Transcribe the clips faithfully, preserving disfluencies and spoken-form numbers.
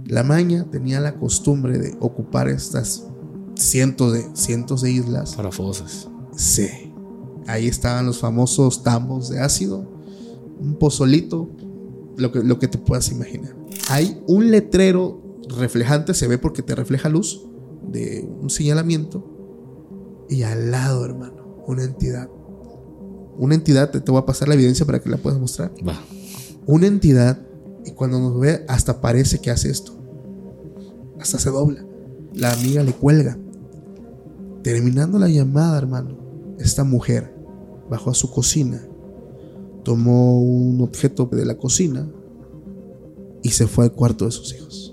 La Maña tenía la costumbre de ocupar estas cientos de, cientos de islas para fosas. Sí, ahí estaban los famosos tambos de ácido, un pozolito, lo que, lo que te puedas imaginar. Hay un letrero reflejante, se ve porque te refleja luz, de un señalamiento, y al lado, hermano, una entidad. Una entidad, te, te voy a pasar la evidencia para que la puedas mostrar. Va. Una entidad, y cuando nos ve, hasta parece que hace esto. Hasta se dobla. La amiga le cuelga. Terminando la llamada, hermano, esta mujer bajó a su cocina, tomó un objeto de la cocina y se fue al cuarto de sus hijos.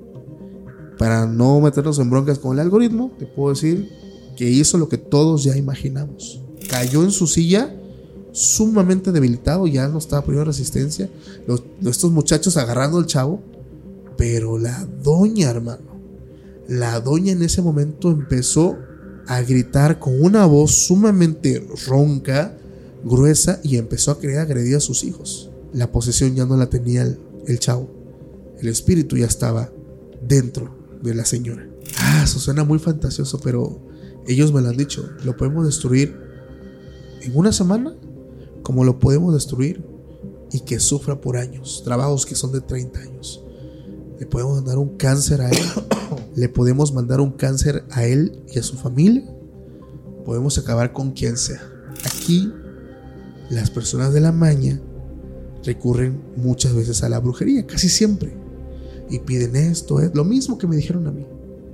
Para no meternos en broncas con el algoritmo, te puedo decir que hizo lo que todos ya imaginamos. Cayó en su silla, sumamente debilitado, ya no estaba poniendo resistencia. Los, estos muchachos agarrando al chavo, pero la doña, hermano, la doña en ese momento empezó a gritar con una voz sumamente ronca, gruesa, y empezó a querer agredir a sus hijos. La posesión ya no la tenía el, el chavo. El espíritu ya estaba dentro de la señora. Ah, eso suena muy fantasioso, pero ellos me lo han dicho. Lo podemos destruir en una semana, como lo podemos destruir y que sufra por años. Trabajos que son de treinta años. Le podemos mandar un cáncer a él. Le podemos mandar un cáncer a él y a su familia. Podemos acabar con quien sea. Aquí, las personas de La Maña recurren muchas veces a la brujería, casi siempre. Y piden esto, es lo mismo que me dijeron a mí.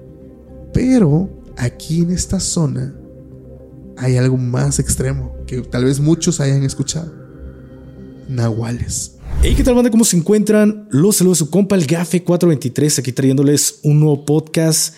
Pero aquí en esta zona hay algo más extremo que tal vez muchos hayan escuchado: nahuales. Hey, ¿qué tal, banda? ¿Cómo se encuentran? Los saludos de su compa el Gafe cuatro veintitrés, aquí trayéndoles un nuevo podcast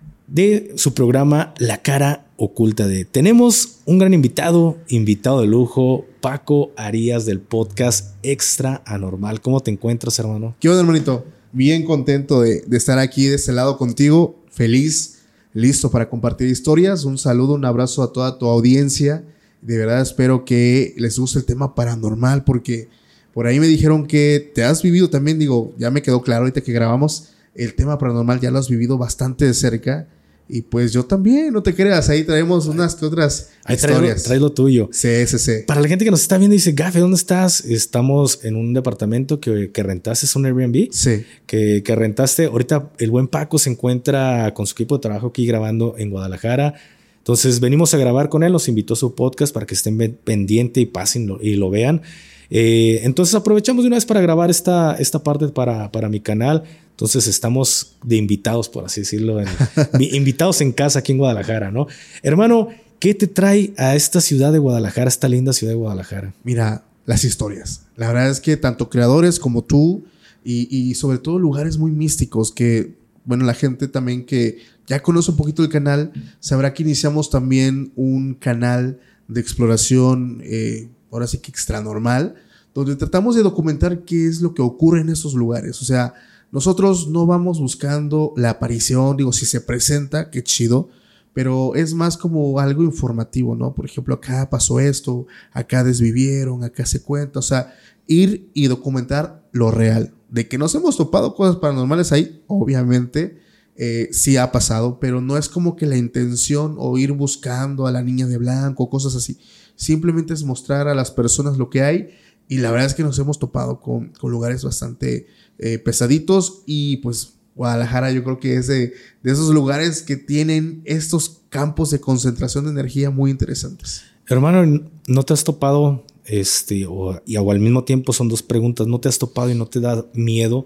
de su programa La Cara Oculta de. Tenemos un gran invitado, invitado de lujo, Paco Arias del podcast Extra Anormal. ¿Cómo te encuentras, hermano? ¿Qué onda, hermanito? Bien contento de, de estar aquí de este lado contigo, feliz, listo para compartir historias. Un saludo, un abrazo a toda tu audiencia. De verdad espero que les guste el tema paranormal, porque por ahí me dijeron que te has vivido también. Digo, ya me quedó claro ahorita que grabamos, el tema paranormal ya lo has vivido bastante de cerca. Y pues yo también, no te creas, ahí traemos unas que otras ahí historias. Traes lo tuyo. Sí, sí, sí. Para la gente que nos está viendo y dice, Gafe, ¿dónde estás? Estamos en un departamento que, que rentaste, es un Airbnb. Sí. Que, que rentaste. Ahorita el buen Paco se encuentra con su equipo de trabajo aquí grabando en Guadalajara. Entonces venimos a grabar con él, nos invitó a su podcast para que estén pendientes y pasen y lo vean. Eh, entonces aprovechamos de una vez para grabar esta, esta parte para, para mi canal. Entonces estamos de invitados, por así decirlo, en, invitados en casa aquí en Guadalajara, ¿no? Hermano, ¿qué te trae a esta ciudad de Guadalajara, esta linda ciudad de Guadalajara? Mira, las historias. La verdad es que tanto creadores como tú y, y sobre todo lugares muy místicos que, bueno, la gente también que ya conoce un poquito el canal sabrá que iniciamos también un canal de exploración, eh, ahora sí que extranormal, donde tratamos de documentar qué es lo que ocurre en esos lugares. O sea, nosotros no vamos buscando la aparición, digo, si se presenta, qué chido, pero es más como algo informativo, ¿no? Por ejemplo, acá pasó esto, acá desvivieron, acá se cuenta, o sea, ir y documentar lo real. De que nos hemos topado cosas paranormales ahí, obviamente, eh, sí ha pasado, pero no es como que la intención o ir buscando a la niña de blanco, cosas así. Simplemente es mostrar a las personas lo que hay. Y la verdad es que nos hemos topado con, con lugares bastante eh, pesaditos. Y pues Guadalajara yo creo que es de, de esos lugares que tienen estos campos de concentración de energía muy interesantes. Hermano, ¿no te has topado, este, o, y o al mismo tiempo son dos preguntas, ¿no te has topado y no te da miedo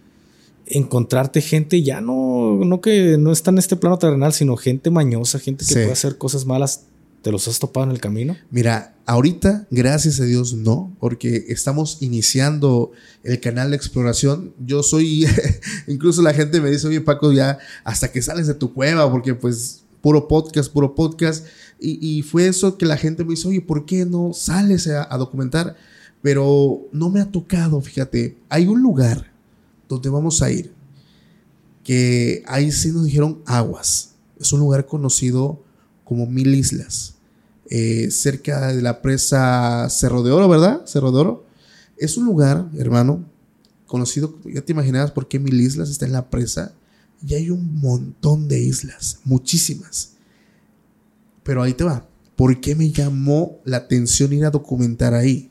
encontrarte gente ya no, no que no está en este plano terrenal, sino gente mañosa, gente que sí puede hacer cosas malas? ¿Te los has topado en el camino? Mira, ahorita, gracias a Dios, no, porque estamos iniciando el canal de exploración. Yo soy, incluso la gente me dice, oye, Paco, ya hasta que sales de tu cueva, porque pues puro podcast, puro podcast. Y, y fue eso que la gente me dice, oye, ¿por qué no sales a, a documentar? Pero no me ha tocado, fíjate. Hay un lugar donde vamos a ir, que ahí sí nos dijeron aguas. Es un lugar conocido como Mil Islas, eh, cerca de la presa Cerro de Oro, ¿verdad? Cerro de Oro. Es un lugar, hermano, conocido, ya te imaginabas por qué Mil Islas está en la presa. Y hay un montón de islas, muchísimas. Pero ahí te va. ¿Por qué me llamó la atención ir a documentar ahí?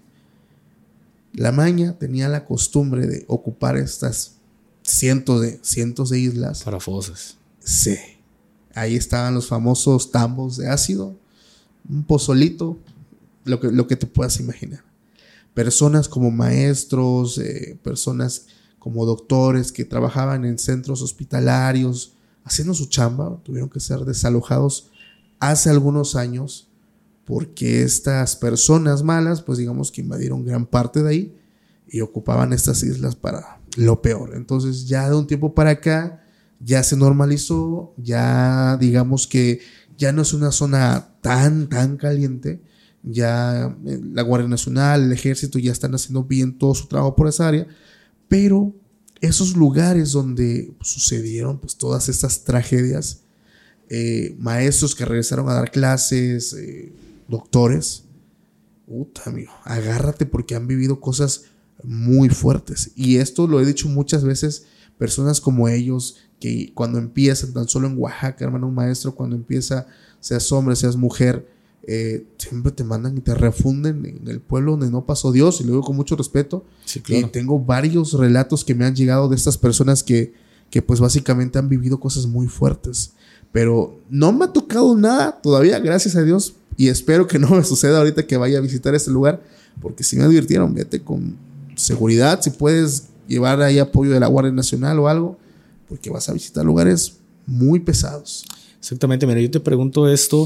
La Maña tenía la costumbre de ocupar estas cientos de, cientos de islas. Para fosas. Sí. Ahí estaban los famosos tambos de ácido. Un pozolito. Lo que, lo que te puedas imaginar. Personas como maestros, eh, personas como doctores que trabajaban en centros hospitalarios, haciendo su chamba, tuvieron que ser desalojados hace algunos años porque estas personas malas, pues digamos que invadieron gran parte de ahí y ocupaban estas islas para lo peor. Entonces ya de un tiempo para acá ya se normalizó, ya digamos que ya no es una zona tan, tan caliente. Ya la Guardia Nacional, el Ejército ya están haciendo bien todo su trabajo por esa área, pero esos lugares donde sucedieron pues todas estas tragedias, eh, maestros que regresaron a dar clases, eh, doctores, puta amigo, agárrate porque han vivido cosas muy fuertes. Y esto lo he dicho muchas veces, personas como ellos que cuando empiezan, tan solo en Oaxaca, hermano, un maestro cuando empieza, seas hombre, seas mujer, Eh, siempre te mandan y te refunden en el pueblo donde no pasó Dios, y lo digo con mucho respeto. Sí, claro. Y tengo varios relatos que me han llegado de estas personas que, que pues básicamente han vivido cosas muy fuertes, pero no me ha tocado nada todavía, gracias a Dios, y espero que no me suceda ahorita que vaya a visitar este lugar, porque si me advirtieron, vete con seguridad, si puedes llevar ahí apoyo de la Guardia Nacional o algo, porque vas a visitar lugares muy pesados. Exactamente, mira, yo te pregunto esto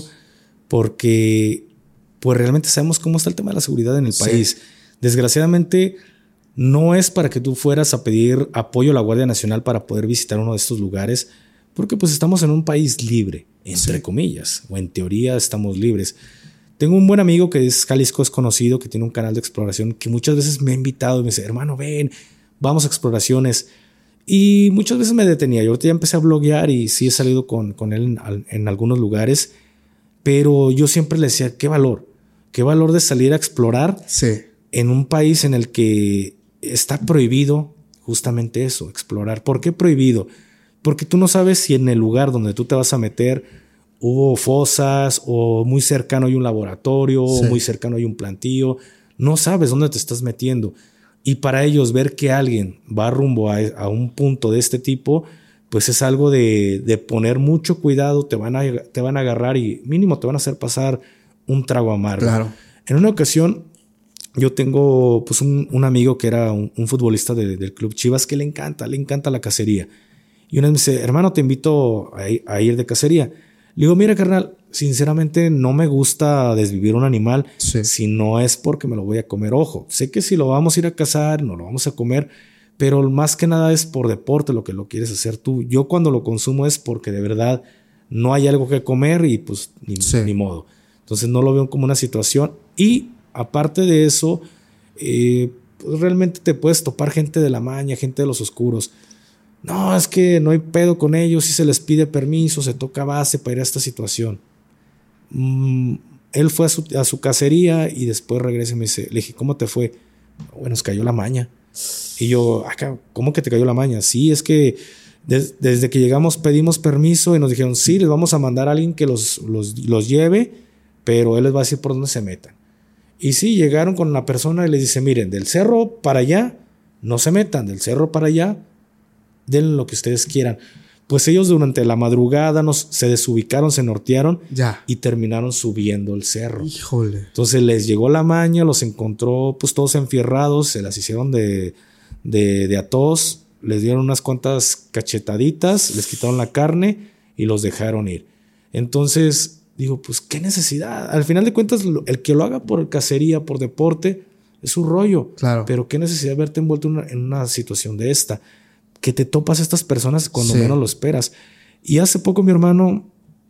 porque pues realmente sabemos cómo está el tema de la seguridad en el país. Sí. Desgraciadamente no es para que tú fueras a pedir apoyo a la Guardia Nacional para poder visitar uno de estos lugares, porque pues estamos en un país libre, entre sí. comillas, o en teoría estamos libres. Tengo un buen amigo que es Jalisco, es conocido, que tiene un canal de exploración, que muchas veces me ha invitado y me dice, hermano, ven, vamos a exploraciones. Y muchas veces me detenía. Yo ahorita ya empecé a bloguear y sí he salido con, con él en, en algunos lugares. Pero yo siempre le decía, qué valor, qué valor de salir a explorar sí. en un país en el que está prohibido justamente eso, explorar. ¿Por qué prohibido? Porque tú no sabes si en el lugar donde tú te vas a meter hubo fosas o muy cercano hay un laboratorio sí. o muy cercano hay un plantío. No sabes dónde te estás metiendo. Y para ellos ver que alguien va rumbo a, a un punto de este tipo, pues es algo de, de poner mucho cuidado, te van, a, te van a agarrar y mínimo te van a hacer pasar un trago amargo. Claro. En una ocasión, yo tengo pues un, un amigo que era un, un futbolista de, del Club Chivas que le encanta, le encanta la cacería. Y una vez me dice, hermano, te invito a, a ir de cacería. Le digo, mira, carnal, sinceramente no me gusta desvivir un animal sí. si no es porque me lo voy a comer. Ojo, sé que si lo vamos a ir a cazar, no lo vamos a comer, pero más que nada es por deporte lo que lo quieres hacer tú. Yo cuando lo consumo es porque de verdad no hay algo que comer y pues ni, sí. ni modo. Entonces no lo veo como una situación. Y aparte de eso, eh, pues realmente te puedes topar gente de la maña, gente de los oscuros. No, es que no hay pedo con ellos, si se les pide permiso, se toca base para ir a esta situación. Mm, él fue a su, a su cacería y después regresa y me dice, le dije, ¿cómo te fue? Bueno, nos cayó la maña. Y yo, acá, ¿cómo que te cayó la maña? Sí, es que des, desde que llegamos pedimos permiso y nos dijeron, sí, les vamos a mandar a alguien que los, los, los lleve, pero él les va a decir por dónde se metan. Y sí, llegaron con la persona y les dice, miren, del cerro para allá, no se metan, del cerro para allá, den lo que ustedes quieran. Pues ellos durante la madrugada nos, se desubicaron, se nortearon ya. y terminaron subiendo el cerro. Híjole. Entonces les llegó la maña, los encontró pues todos enfierrados, se las hicieron de, de, de a todos, les dieron unas cuantas cachetaditas, les quitaron la carne y los dejaron ir. Entonces digo, pues qué necesidad. Al final de cuentas, el que lo haga por cacería, por deporte, es su rollo. Claro. Pero qué necesidad de verte envuelto en una, en una situación de esta. Que te topas a estas personas cuando sí. menos lo esperas. Y hace poco mi hermano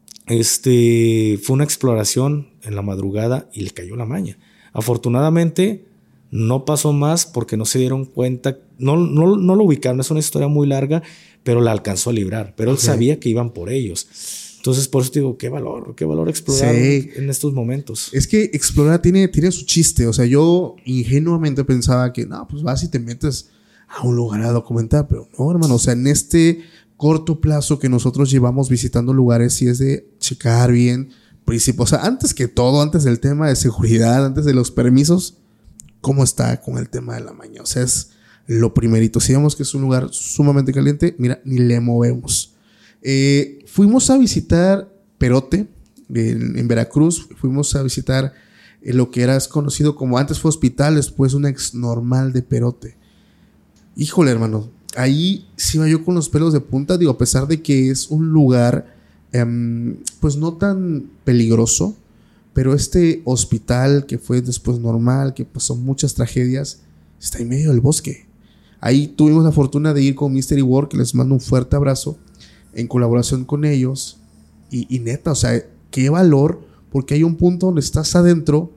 este, fue una exploración en la madrugada y le cayó la maña. Afortunadamente no pasó más porque no se dieron cuenta, no, no, no lo ubicaron, es una historia muy larga, pero la alcanzó a librar. Pero él okay. sabía que iban por ellos. Entonces por eso te digo, qué valor, qué valor explorar sí. en estos momentos. Es que explorar tiene, tiene su chiste. O sea, yo ingenuamente pensaba que no, pues vas y te metes a un lugar a documentar, pero no, hermano, o sea, en este corto plazo que nosotros llevamos visitando lugares, sí es de checar bien, principio, o sea, antes que todo, antes del tema de seguridad, antes de los permisos, cómo está con el tema de la maña, o sea, es lo primerito. Si vemos que es un lugar sumamente caliente, mira, ni le movemos. Eh, fuimos a visitar Perote, en, en Veracruz, fuimos a visitar eh, lo que era conocido como, antes fue hospital, después una ex normal de Perote. Híjole, hermano, ahí sí iba yo con los pelos de punta, digo, a pesar de que es un lugar eh, pues no tan peligroso, pero este hospital que fue después normal, que pasó muchas tragedias, está en medio del bosque. Ahí tuvimos la fortuna de ir con Mystery World, que les mando un fuerte abrazo, en colaboración con ellos, y, y neta, o sea, qué valor, porque hay un punto donde estás adentro.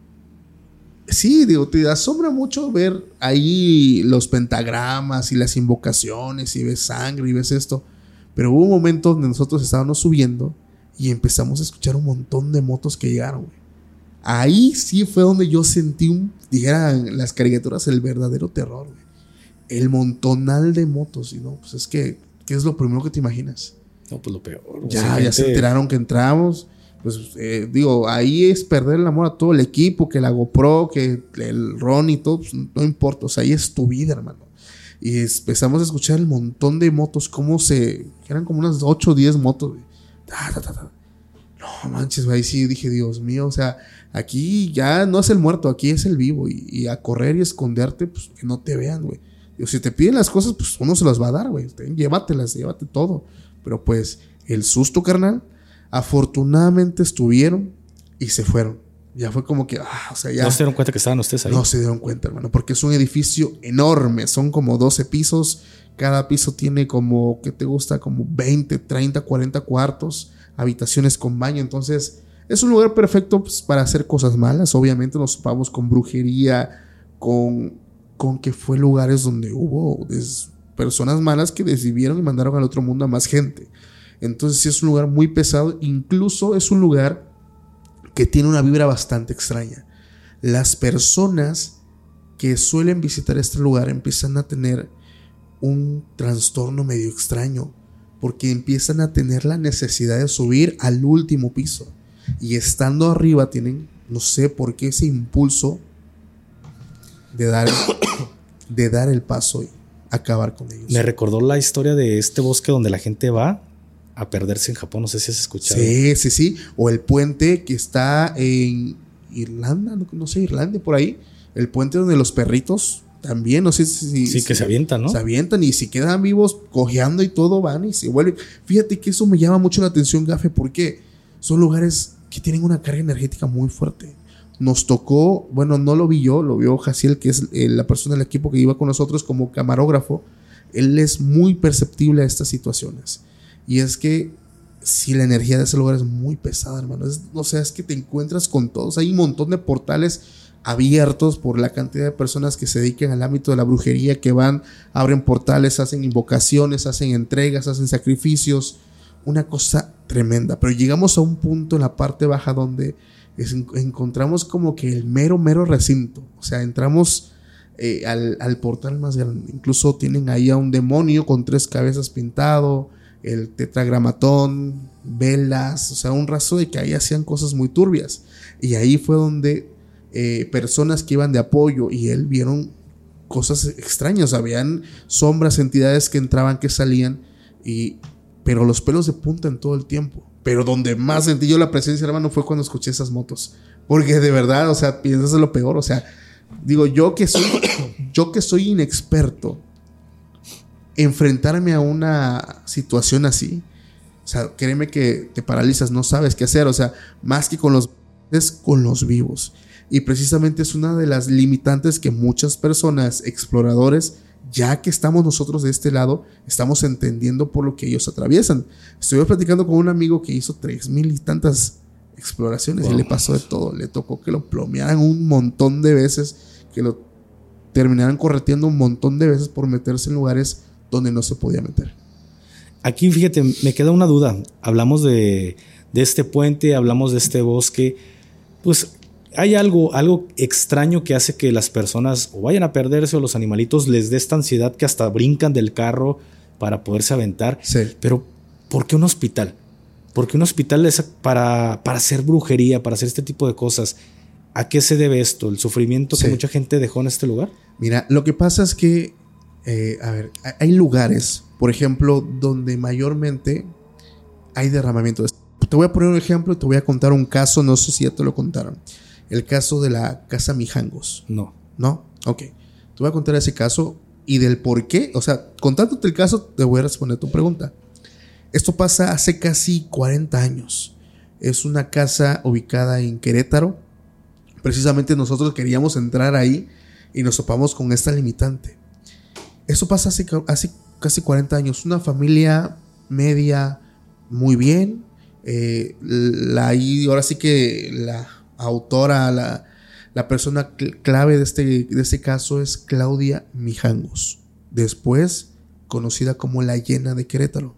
Sí, digo, te asombra mucho ver ahí los pentagramas y las invocaciones, y ves sangre y ves esto, pero hubo un momento donde nosotros estábamos subiendo y empezamos a escuchar un montón de motos que llegaron, güey. Ahí sí fue donde yo sentí un, dijeran las caricaturas, el verdadero terror, güey. El montonal de motos, y no, pues es que, ¿qué es lo primero que te imaginas? No, pues lo peor. Ya, sea, ya gente... se enteraron que entramos. Pues eh, digo, ahí es perder el amor a todo el equipo, que la GoPro, que el Ron y todo, pues no importa, o sea, ahí es tu vida, hermano. Y empezamos a escuchar el montón de motos, cómo se, eran como unas ocho o diez motos, güey. Ta, ta, ta, ta. No manches, güey, ahí sí dije, Dios mío, o sea, aquí ya no es el muerto, aquí es el vivo, y, y a correr y esconderte, pues que no te vean, güey. Digo, si te piden las cosas, pues uno se las va a dar, güey. Llévatelas, llévate todo. Pero pues, el susto, carnal, afortunadamente estuvieron y se fueron. Ya fue como que, ah, o sea, ya. ¿No se dieron cuenta que estaban ustedes ahí? No se dieron cuenta, hermano, porque es un edificio enorme. Son como doce pisos. Cada piso tiene como, ¿qué te gusta? Como veinte, treinta, cuarenta cuartos, habitaciones con baño. Entonces, es un lugar perfecto, pues, para hacer cosas malas. Obviamente nos topamos con brujería, con, con que fue lugares donde hubo des, personas malas que decidieron y mandaron al otro mundo a más gente. Entonces sí es un lugar muy pesado. Incluso es un lugar que tiene una vibra bastante extraña. Las personas que suelen visitar este lugar empiezan a tener un trastorno medio extraño, porque empiezan a tener la necesidad de subir al último piso, y estando arriba tienen, no sé por qué, ese impulso de dar, de dar el paso y acabar con ellos. Me recordó la historia de este bosque donde la gente va a perderse en Japón. No sé si has escuchado. Sí, sí, sí. O el puente que está en Irlanda, no, no sé, Irlanda, por ahí. El puente donde los perritos también, no sé si... Sí, si, que se avientan, ¿no? Se avientan, y si quedan vivos, cojeando y todo, van y se vuelven. Fíjate que eso me llama mucho la atención, Gafe, porque son lugares que tienen una carga energética muy fuerte. Nos tocó, bueno, no lo vi yo, lo vio Jaciel, que es eh, la persona del equipo que iba con nosotros como camarógrafo. Él es muy perceptible a estas situaciones. Y es que si la energía de ese lugar es muy pesada, hermano. Es, o sea, es que te encuentras con todos. Hay un montón de portales abiertos por la cantidad de personas que se dedican al ámbito de la brujería, que van, abren portales, hacen invocaciones, hacen entregas, hacen sacrificios. Una cosa tremenda. Pero llegamos a un punto en la parte baja donde es, encontramos como que el mero, mero recinto. O sea, entramos eh, al, al portal más grande. Incluso tienen ahí a un demonio con tres cabezas pintado, el tetragramatón, velas, o sea, un rastro de que ahí hacían cosas muy turbias. Y ahí fue donde eh, personas que iban de apoyo y él vieron cosas extrañas. Habían sombras, entidades que entraban, que salían, y, pero los pelos de punta en todo el tiempo. Pero donde más sentí yo la presencia, hermano, fue cuando escuché esas motos. Porque de verdad, o sea, piensas en lo peor. O sea, digo, yo que soy, yo que soy inexperto, enfrentarme a una situación así, o sea, créeme que te paralizas, no sabes qué hacer. O sea, más que con los es con los vivos. Y precisamente es una de las limitantes que muchas personas, exploradores, ya que estamos nosotros de este lado, estamos entendiendo por lo que ellos atraviesan. Estuve platicando con un amigo que hizo tres mil y tantas exploraciones. Wow. Y le pasó de todo. Le tocó que lo plomearan un montón de veces, que lo terminaran correteando un montón de veces por meterse en lugares donde no se podía meter. Aquí, fíjate, me queda una duda. Hablamos de, de este puente, hablamos de este bosque. Pues hay algo, algo extraño que hace que las personas o vayan a perderse o los animalitos les dé esta ansiedad que hasta brincan del carro para poderse aventar. Sí. Pero ¿por qué un hospital? ¿Por qué un hospital es para, para hacer brujería, para hacer este tipo de cosas? ¿A qué se debe esto? ¿El sufrimiento sí. que mucha gente dejó en este lugar? Mira, lo que pasa es que, eh, a ver, hay lugares, por ejemplo, donde mayormente hay derramamiento de... Te voy a poner un ejemplo y te voy a contar un caso, no sé si ya te lo contaron. El caso de la Casa Mijangos. No. ¿No? Ok. Te voy a contar ese caso y del por qué. O sea, contándote el caso, te voy a responder tu pregunta. Esto pasa hace casi cuarenta años. Es una casa ubicada en Querétaro. Precisamente nosotros queríamos entrar ahí y nos topamos con esta limitante. Eso pasa hace, hace casi cuarenta años. Una familia media, muy bien. Eh, la, y ahora sí que la autora, la, la persona clave de este, de este caso es Claudia Mijangos, después conocida como la Hiena de Querétaro.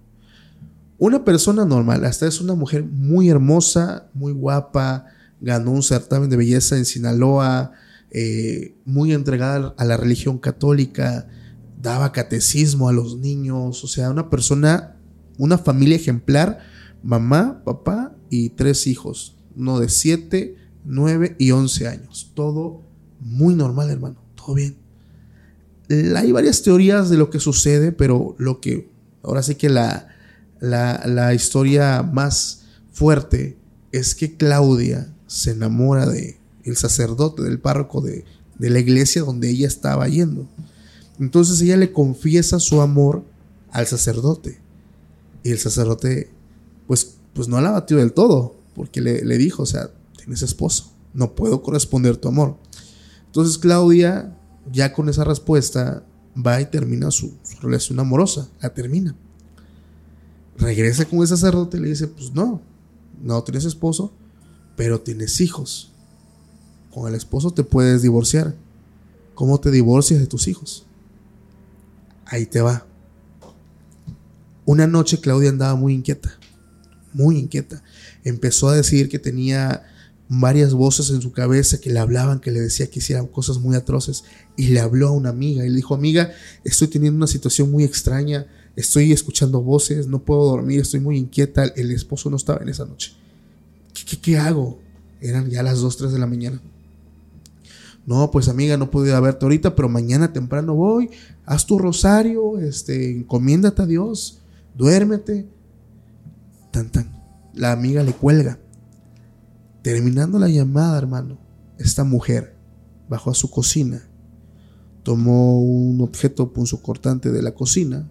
Una persona normal, hasta es una mujer muy hermosa, muy guapa, ganó un certamen de belleza en Sinaloa, eh, muy entregada a la religión católica, daba catecismo a los niños, o sea, una persona, una familia ejemplar, mamá, papá y tres hijos, uno de siete, nueve y once años, todo muy normal, hermano, todo bien. Hay varias teorías de lo que sucede, pero lo que, ahora sí que la, la, la historia más fuerte es que Claudia se enamora de el sacerdote, del párroco de, de la iglesia donde ella estaba yendo. Entonces ella le confiesa su amor al sacerdote y el sacerdote pues, pues no la batió del todo, porque le, le dijo, o sea, tienes esposo, no puedo corresponder tu amor. Entonces Claudia, ya con esa respuesta, va y termina su, su relación amorosa, la termina. Regresa con el sacerdote y le dice, pues no, no tienes esposo, pero tienes hijos. Con el esposo te puedes divorciar. ¿Cómo te divorcias de tus hijos? Ahí te va. Una noche Claudia andaba muy inquieta, muy inquieta. Empezó a decir que tenía varias voces en su cabeza que le hablaban, que le decía que hicieran cosas muy atroces. Y le habló a una amiga y le dijo, amiga, estoy teniendo una situación muy extraña, estoy escuchando voces, no puedo dormir, estoy muy inquieta. El esposo no estaba en esa noche. ¿Qué, qué, qué hago? Eran ya las dos, tres de la mañana. No, pues amiga, no puedo ir a verte ahorita, pero mañana temprano voy, haz tu rosario, este, encomiéndate a Dios, duérmete. Tan, tan. La amiga le cuelga. Terminando la llamada, hermano, esta mujer bajó a su cocina, tomó un objeto punzocortante de la cocina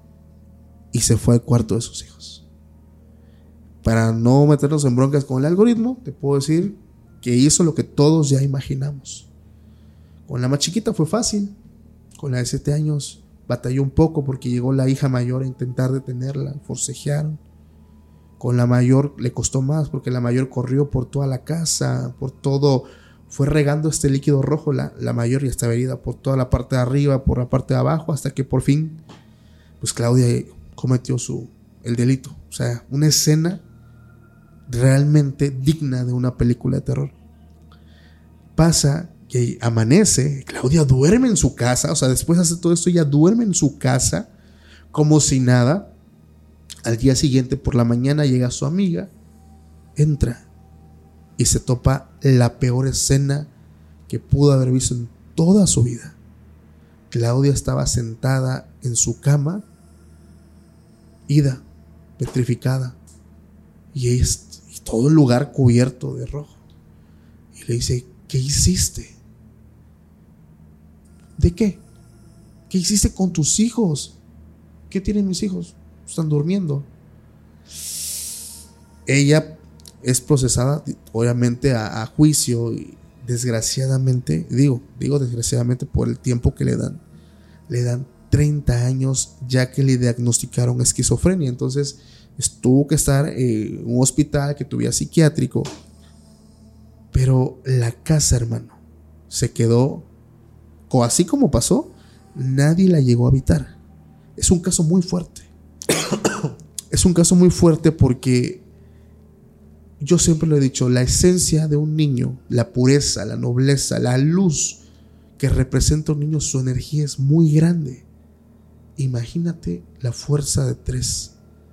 y se fue al cuarto de sus hijos. Para no meternos en broncas con el algoritmo, te puedo decir que hizo lo que todos ya imaginamos. Con la más chiquita fue fácil. Con la de siete años batalló un poco porque llegó la hija mayor a intentar detenerla, forcejearon. Con la mayor le costó más porque la mayor corrió por toda la casa, por todo, fue regando este líquido rojo, la, la mayor ya estaba herida por toda la parte de arriba, por la parte de abajo, hasta que por fin, pues Claudia cometió su, el delito. O sea, una escena realmente digna de una película de terror. Pasa que amanece, Claudia duerme en su casa, o sea, después de hacer todo esto, ella duerme en su casa como si nada. Al día siguiente por la mañana llega su amiga, entra y se topa la peor escena que pudo haber visto en toda su vida. Claudia estaba sentada en su cama, ida, petrificada, y, es, y todo el lugar cubierto de rojo. Y le dice, ¿qué hiciste? ¿De qué? ¿Qué hiciste con tus hijos? ¿Qué tienen mis hijos? Están durmiendo. Ella es procesada obviamente a, a juicio y desgraciadamente, digo, digo desgraciadamente por el tiempo que le dan, le dan treinta años ya que le diagnosticaron esquizofrenia. Entonces tuvo que estar en un hospital que tuviera psiquiátrico. Pero la casa, hermano, se quedó, o así como pasó, nadie la llegó a habitar. Es un caso muy fuerte. Es un caso muy fuerte porque yo siempre lo he dicho, la esencia de un niño, la pureza, la nobleza, la luz que representa un niño, su energía es muy grande. Imagínate la fuerza de tres.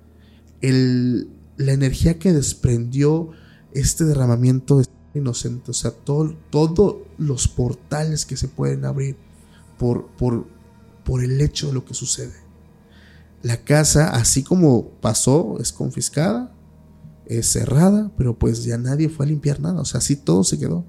El, la energía que desprendió este derramamiento de inocente, o sea, todo, todos los portales que se pueden abrir por, por, por el hecho de lo que sucede. La casa, así como pasó, es confiscada, es cerrada, pero pues ya nadie fue a limpiar nada, o sea, así todo se quedó.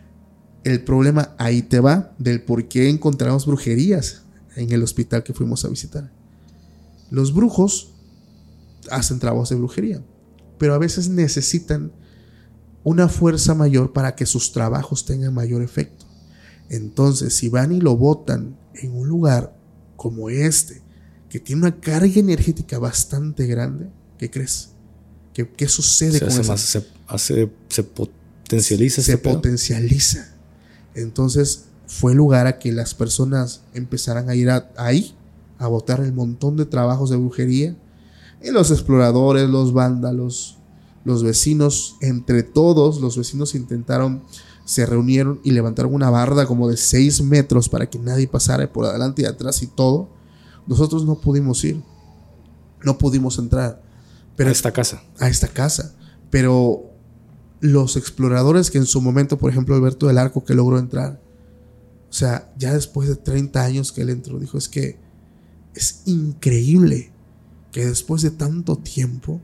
El problema ahí te va del por qué encontramos brujerías en el hospital que fuimos a visitar. Los brujos hacen trabajos de brujería, pero a veces necesitan una fuerza mayor para que sus trabajos tengan mayor efecto. Entonces, si van y lo botan en un lugar como este, que tiene una carga energética bastante grande, ¿qué crees? ¿Qué, qué sucede se con hace eso? Más, se, hace, se potencializa. Se este potencializa. Pedo. Entonces, fue lugar a que las personas empezaran a ir a, ahí a botar el montón de trabajos de brujería. Y los exploradores, los vándalos, los vecinos, entre todos los vecinos intentaron, se reunieron y levantaron una barda como de seis metros para que nadie pasara por adelante y atrás y todo. Nosotros no pudimos ir, no pudimos entrar. Pero, a esta casa. A esta casa. Pero los exploradores que en su momento, por ejemplo, Alberto del Arco, que logró entrar, o sea, ya después de treinta años que él entró, dijo, es que es increíble que después de tanto tiempo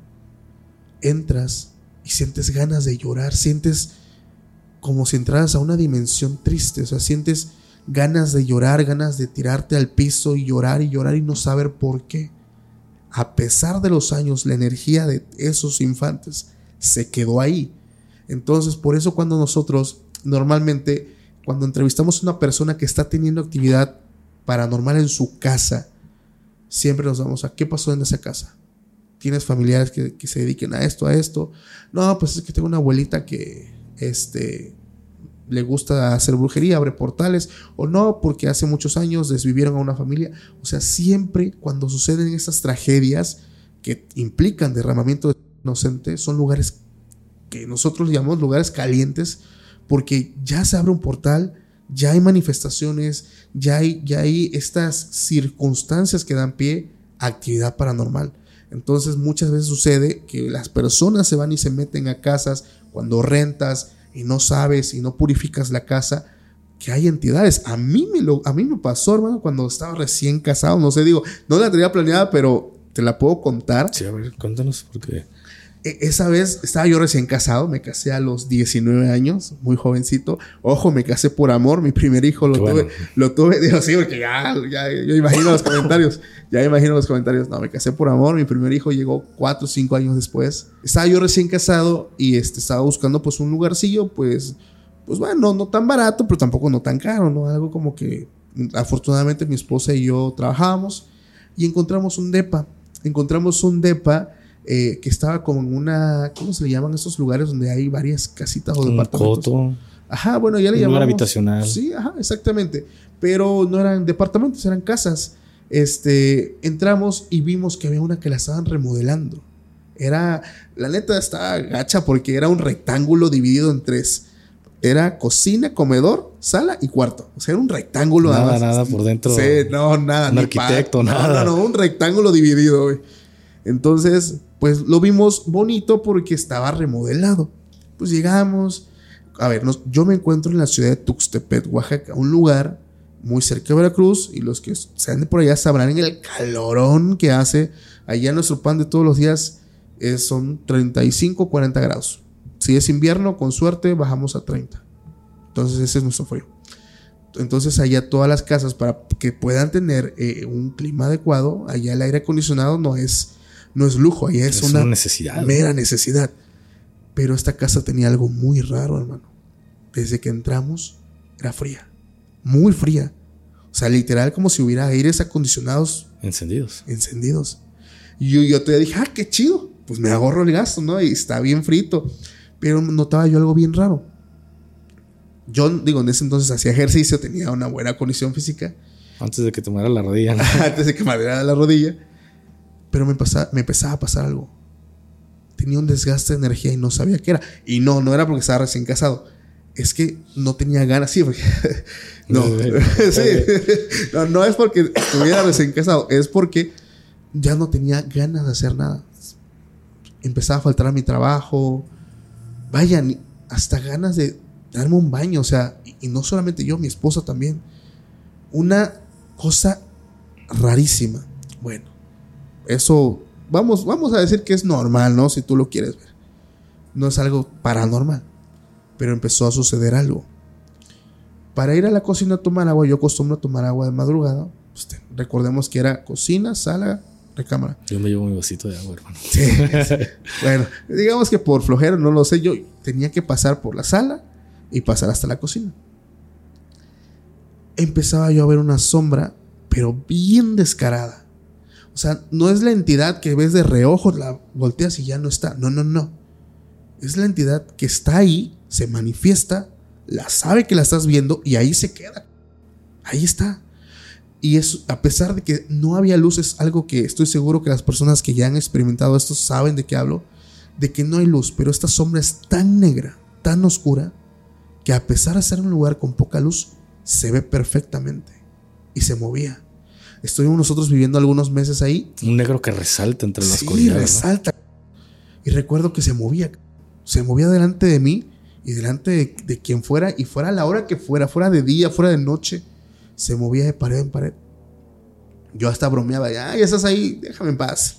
entras y sientes ganas de llorar, sientes como si entraras a una dimensión triste, o sea, sientes ganas de llorar, ganas de tirarte al piso y llorar y llorar y no saber por qué. A pesar de los años, la energía de esos infantes se quedó ahí. Entonces, por eso cuando nosotros, normalmente, cuando entrevistamos a una persona que está teniendo actividad paranormal en su casa, siempre nos vamos a ¿qué pasó en esa casa? ¿Tienes familiares que, que se dediquen a esto, a esto? No, pues es que tengo una abuelita que este, le gusta hacer brujería, abre portales. O no, porque hace muchos años desvivieron a una familia. O sea, siempre cuando suceden estas tragedias que implican derramamiento de inocente, son lugares que nosotros llamamos lugares calientes, porque ya se abre un portal, ya hay manifestaciones, ya hay, ya hay estas circunstancias que dan pie a actividad paranormal. Entonces muchas veces sucede que las personas se van y se meten a casas cuando rentas y no sabes y no purificas la casa, que hay entidades. A mí me, lo, a mí me pasó, hermano, cuando estaba recién casado, no sé, digo, no la tenía planeada, pero te la puedo contar. Sí, a ver, cuéntanos, porque... Esa vez estaba yo recién casado, me casé a los diecinueve años, muy jovencito. Ojo, me casé por amor, mi primer hijo lo Qué tuve, bueno. lo tuve, digo, sí, porque ya, ya, yo imagino los comentarios, ya imagino los comentarios. No, me casé por amor, mi primer hijo llegó cuatro o cinco años después. Estaba yo recién casado y este, estaba buscando pues un lugarcillo, pues, pues bueno, no, no tan barato, pero tampoco no tan caro, ¿no? Algo como que, afortunadamente mi esposa y yo trabajábamos y encontramos un depa, encontramos un depa Eh, que estaba como en una, ¿cómo se le llaman esos lugares donde hay varias casitas o un departamentos? Coto. Ajá, bueno, ya le llamamos. Un lugar habitacional. Sí, ajá, exactamente. Pero no eran departamentos, eran casas. Este, entramos y vimos que había una que la estaban remodelando. Era, la neta estaba gacha porque era un rectángulo dividido en tres. Era cocina, comedor, sala y cuarto. O sea, era un rectángulo. Nada, nada, nada por dentro. Sí, no, nada. Un arquitecto, pa- nada. No, no, no, un rectángulo dividido, güey. Entonces, pues lo vimos bonito porque estaba remodelado. Pues llegamos. A ver, nos, yo me encuentro en la ciudad de Tuxtepec, Oaxaca, un lugar muy cerca de Veracruz. Y los que sean de por allá sabrán en el calorón que hace. Allá nuestro pan de todos los días es, son treinta y cinco, cuarenta grados. Si es invierno, con suerte, bajamos a treinta. Entonces, ese es nuestro frío. Entonces, allá todas las casas, para que puedan tener eh, un clima adecuado, allá el aire acondicionado no es. No es lujo, ahí es, es una, una necesidad. Mera necesidad. Pero esta casa tenía algo muy raro, hermano. Desde que entramos, era fría. Muy fría. O sea, literal como si hubiera aires acondicionados. Encendidos. Encendidos. Y yo, yo te dije, ah, qué chido. Pues me ahorro el gasto, ¿no? Y está bien frito. Pero notaba yo algo bien raro. Yo, digo, en ese entonces hacía ejercicio, tenía una buena condición física. Antes de que te muera la rodilla. Antes de que me muera la rodilla. Pero me, pasaba, me empezaba a pasar algo. tenía un desgaste de energía y no sabía qué era. Y no, no era porque estaba recién casado. Es que no tenía ganas, sí, porque, no, sí, no, no es porque estuviera recién casado, es porque ya no tenía ganas de hacer nada. Empezaba a faltar a mi trabajo, vaya, hasta ganas de darme un baño, o sea, y, y no solamente yo, mi esposa también. Una cosa rarísima. Bueno, eso, vamos, vamos a decir que es normal, ¿no? Si tú lo quieres ver. No es algo paranormal. Pero empezó a suceder algo. Para ir a la cocina a tomar agua, yo acostumbro a tomar agua de madrugada. Pues, recordemos que era cocina, sala, recámara. Yo me llevo mi vasito de agua, hermano. Sí, sí. Bueno, digamos que por flojera, no lo sé, yo tenía que pasar por la sala y pasar hasta la cocina. Empezaba yo a ver una sombra, pero bien descarada. O sea, no es la entidad que ves de reojo, la volteas y ya no está. No, no, no. Es la entidad que está ahí, se manifiesta, la sabe que la estás viendo y ahí se queda. Ahí está. Y eso, a pesar de que no había luz, es algo que estoy seguro que las personas que ya han experimentado esto saben de qué hablo, de que no hay luz, pero esta sombra es tan negra, tan oscura, que a pesar de ser un lugar con poca luz, se ve perfectamente y se movía. Estuvimos nosotros viviendo algunos meses ahí. Un negro que resalta entre las sí, oscuridad, resalta. ¿No? Y recuerdo que se movía, se movía delante de mí y delante de, de quien fuera, y fuera a la hora que fuera, fuera de día, fuera de noche, se movía de pared en pared. Yo hasta bromeaba, ya, ya estás ahí, déjame en paz.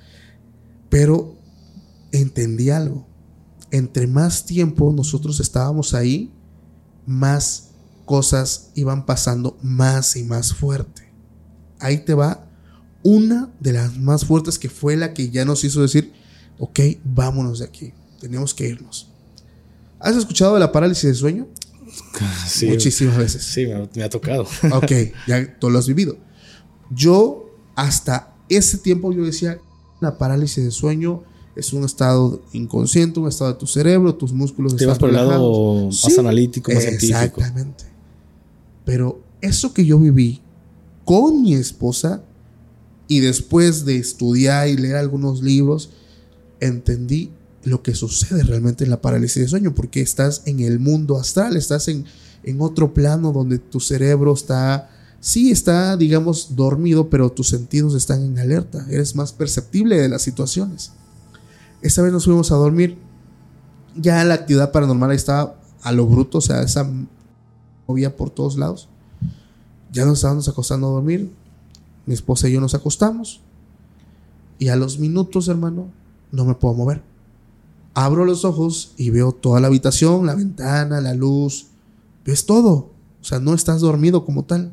Pero entendí algo. Entre más tiempo nosotros estábamos ahí, más cosas iban pasando más y más fuerte. Ahí te va una de las más fuertes, que fue la que ya nos hizo decir, ok, vámonos de aquí, tenemos que irnos. ¿Has escuchado de la parálisis de sueño? Sí, muchísimas veces. Sí, me ha, me ha tocado. Ok, ya tú lo has vivido. Yo hasta ese tiempo yo decía, la parálisis de sueño es un estado inconsciente, un estado de tu cerebro, tus músculos te están vas por relajados. el lado más sí, analítico, más científico. Exactamente. Pero eso que yo viví con mi esposa, y después de estudiar y leer algunos libros, entendí lo que sucede realmente en la parálisis de sueño, porque estás en el mundo astral, estás en, en otro plano donde tu cerebro está, sí está, digamos, dormido, pero tus sentidos están en alerta, eres más perceptible de las situaciones. Esta vez nos fuimos a dormir, ya la actividad paranormal estaba a lo bruto, o sea, esa movía por todos lados. Ya nos estábamos acostando a dormir, mi esposa y yo nos acostamos, y a los minutos, hermano, no me puedo mover. Abro los ojos y veo toda la habitación, la ventana, la luz. Ves todo. O sea, no estás dormido como tal.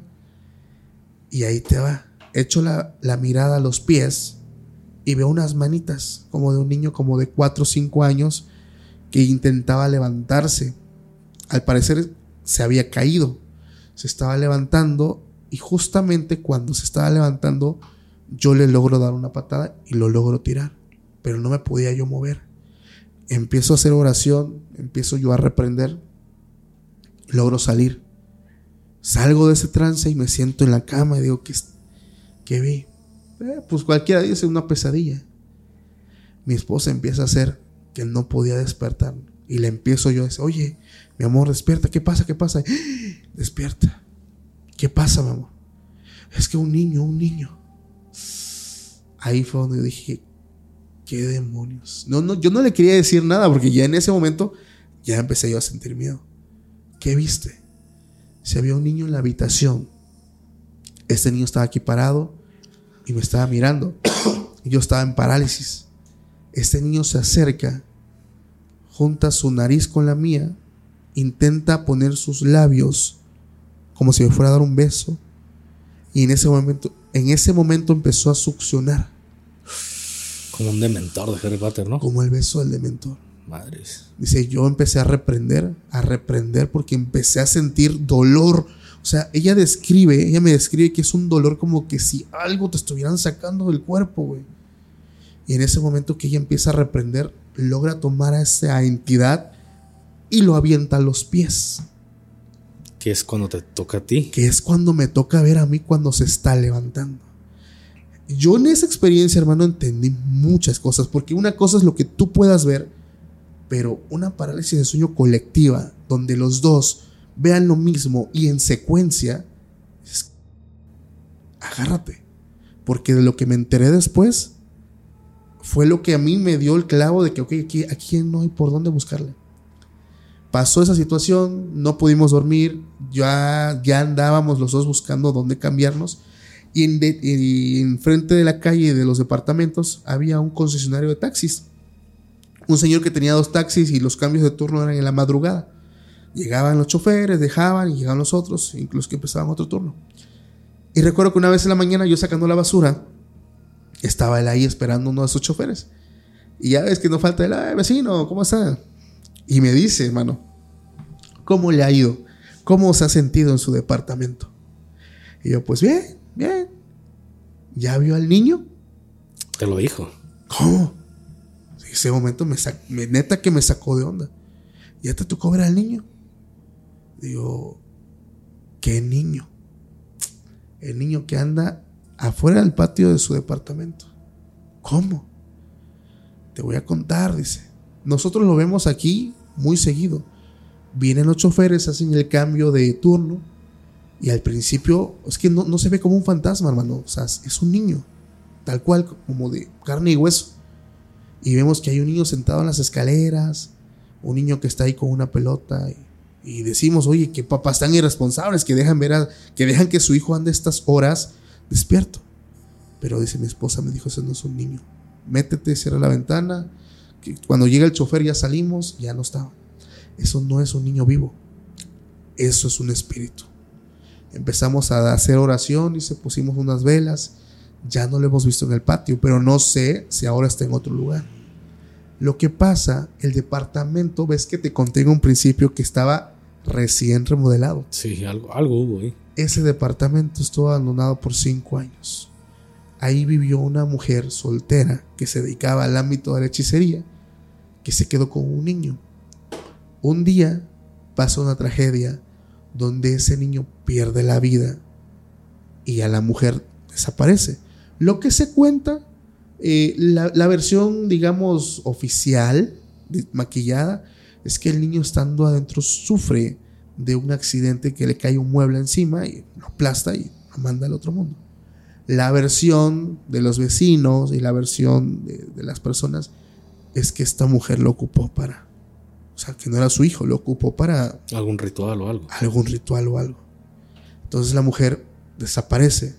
Y ahí te va. Echo la, la mirada a los pies y veo unas manitas, como de un niño como de cuatro o cinco años, que intentaba levantarse. Al parecer se había caído. Se estaba levantando, y justamente cuando se estaba levantando, yo le logro dar una patada y lo logro tirar. Pero no me podía yo mover. Empiezo a hacer oración, empiezo yo a reprender, logro salir. Salgo de ese trance y me siento en la cama y digo, ¿qué, qué vi? Eh, pues cualquiera dice una pesadilla. Mi esposa empieza a hacer que no podía despertar y le empiezo yo a decir, oye, mi amor, despierta, ¿qué pasa? ¿Qué pasa? ¡Ah! Despierta. ¿Qué pasa, mi amor? Es que un niño, un niño. Ahí fue donde dije, ¿qué demonios? No, no, yo no le quería decir nada porque ya en ese momento ya empecé yo a sentir miedo. ¿Qué viste? Se había un niño en la habitación. Este niño estaba aquí parado y me estaba mirando. Y yo estaba en parálisis. Este niño se acerca, junta su nariz con la mía, intenta poner sus labios como si me fuera a dar un beso. Y en ese momento, en ese momento empezó a succionar. Como un dementor de Harry Potter, ¿no? Como el beso del dementor. Madres. Dice, yo empecé a reprender, a reprender porque empecé a sentir dolor. O sea, ella describe, ella me describe que es un dolor como que si algo te estuvieran sacando del cuerpo, güey. Y en ese momento que ella empieza a reprender, logra tomar a esa entidad y lo avienta a los pies. Que es cuando te toca a ti. Que es cuando me toca ver a mí cuando se está levantando. Yo en esa experiencia, hermano, entendí muchas cosas, porque una cosa es lo que tú puedas ver, pero una parálisis de sueño colectiva, donde los dos vean lo mismo y en secuencia, es, agárrate, porque de lo que me enteré después fue lo que a mí me dio el clavo de que, ok, aquí, aquí no hay por dónde buscarle. Pasó esa situación, no pudimos dormir, ya, ya andábamos los dos buscando dónde cambiarnos, y en, de, y en frente de la calle de los departamentos había un concesionario de taxis. Un señor que tenía dos taxis y los cambios de turno eran en la madrugada. Llegaban los choferes, dejaban y llegaban los otros, incluso que empezaban otro turno. Y recuerdo que una vez en la mañana, yo sacando la basura, estaba él ahí esperando uno de esos choferes. Y ya ves que no falta él, ay, vecino, ¿cómo está? Y me dice, hermano, ¿cómo le ha ido? ¿Cómo se ha sentido en su departamento? Y yo, pues bien, bien. ¿Ya vio al niño? Te lo dijo. ¿Cómo? En ese momento me, sac- me neta que me sacó de onda. ¿Ya te tocó ver al niño? Digo, ¿qué niño? El niño que anda afuera del patio de su departamento. ¿Cómo? Te voy a contar, dice. Nosotros lo vemos aquí muy seguido. Vienen los choferes, hacen el cambio de turno y al principio es que no, no se ve como un fantasma, hermano. O sea, es un niño, tal cual, como de carne y hueso. Y vemos que hay un niño sentado en las escaleras, un niño que está ahí con una pelota y, y decimos, oye, qué papás tan irresponsables que dejan ver a, que dejan que su hijo ande estas horas despierto. Pero dice mi esposa, me dijo, ese no es un niño. Métete, cierra la ventana, que cuando llega el chofer ya salimos, ya no estaba. Eso no es un niño vivo, eso es un espíritu. Empezamos a hacer oración y se pusimos unas velas. Ya no lo hemos visto en el patio, pero no sé si ahora está en otro lugar. Lo que pasa, el departamento, ves que te conté en un principio que estaba recién remodelado. Sí, algo, algo hubo ahí. Ese departamento estuvo abandonado por cinco años. Ahí vivió una mujer soltera que se dedicaba al ámbito de la hechicería, que se quedó con un niño. Un día pasa una tragedia donde ese niño pierde la vida y a la mujer desaparece. Lo que se cuenta, eh, la, la versión, digamos, oficial, maquillada, es que el niño estando adentro sufre de un accidente que le cae un mueble encima y lo aplasta y lo manda al otro mundo. La versión de los vecinos y la versión de, de las personas es que esta mujer lo ocupó para, o sea, que no era su hijo, lo ocupó para algún ritual o algo. Algún ritual o algo. Entonces la mujer desaparece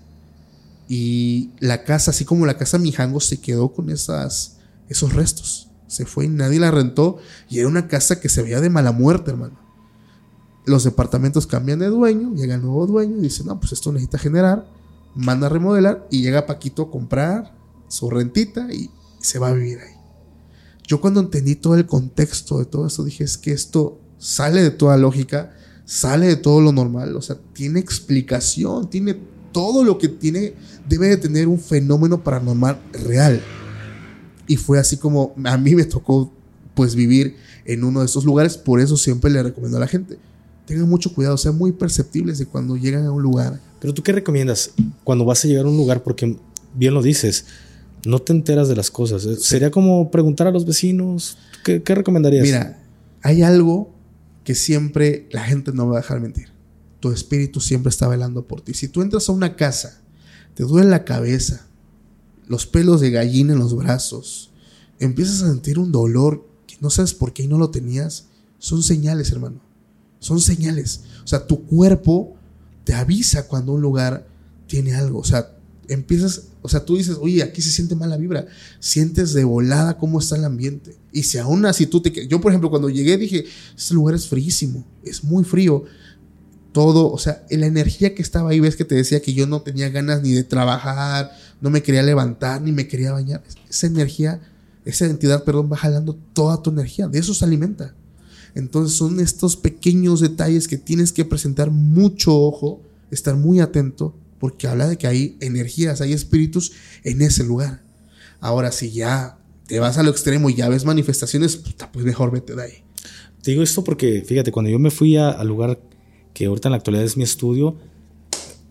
y la casa, así como la casa Mijango, se quedó con esas, esos restos. Se fue y nadie la rentó y era una casa que se veía de mala muerte, hermano. Los departamentos cambian de dueño, llega el nuevo dueño y dice, no, pues esto necesita generar, manda a remodelar y llega Paquito a comprar su rentita y se va a vivir ahí. Yo cuando entendí todo el contexto de todo esto dije, es que esto sale de toda lógica, sale de todo lo normal, o sea, tiene explicación, tiene todo lo que tiene, debe de tener un fenómeno paranormal real. Y fue así como a mí me tocó pues vivir en uno de estos lugares. Por eso siempre le recomiendo a la gente, tengan mucho cuidado, sean muy perceptibles de cuando llegan a un lugar. Pero tú, ¿qué recomiendas cuando vas a llegar a un lugar? Porque bien lo dices, no te enteras de las cosas. Sí. Sería como preguntar a los vecinos. ¿Qué, qué recomendarías? Mira, hay algo que siempre la gente no va a dejar mentir. Tu espíritu siempre está velando por ti. Si tú entras a una casa, te duele la cabeza, los pelos de gallina en los brazos, empiezas a sentir un dolor que no sabes por qué y no lo tenías, son señales, hermano. Son señales. O sea, tu cuerpo te avisa cuando un lugar tiene algo. O sea, empiezas, o sea, tú dices, oye, aquí se siente mala vibra. Sientes de volada cómo está el ambiente. Y si aún así tú te... Yo, por ejemplo, cuando llegué dije, este lugar es fríísimo, es muy frío. Todo, o sea, la energía que estaba ahí, ves que te decía que yo no tenía ganas ni de trabajar, no me quería levantar, ni me quería bañar. Esa energía, esa entidad, perdón, va jalando toda tu energía. De eso se alimenta. Entonces son estos pequeños detalles que tienes que presentar mucho ojo, estar muy atento, porque habla de que hay energías, hay espíritus en ese lugar. Ahora, si ya te vas a lo extremo y ya ves manifestaciones, pues mejor vete de ahí. Te digo esto porque, fíjate, cuando yo me fui a, al lugar que ahorita en la actualidad es mi estudio,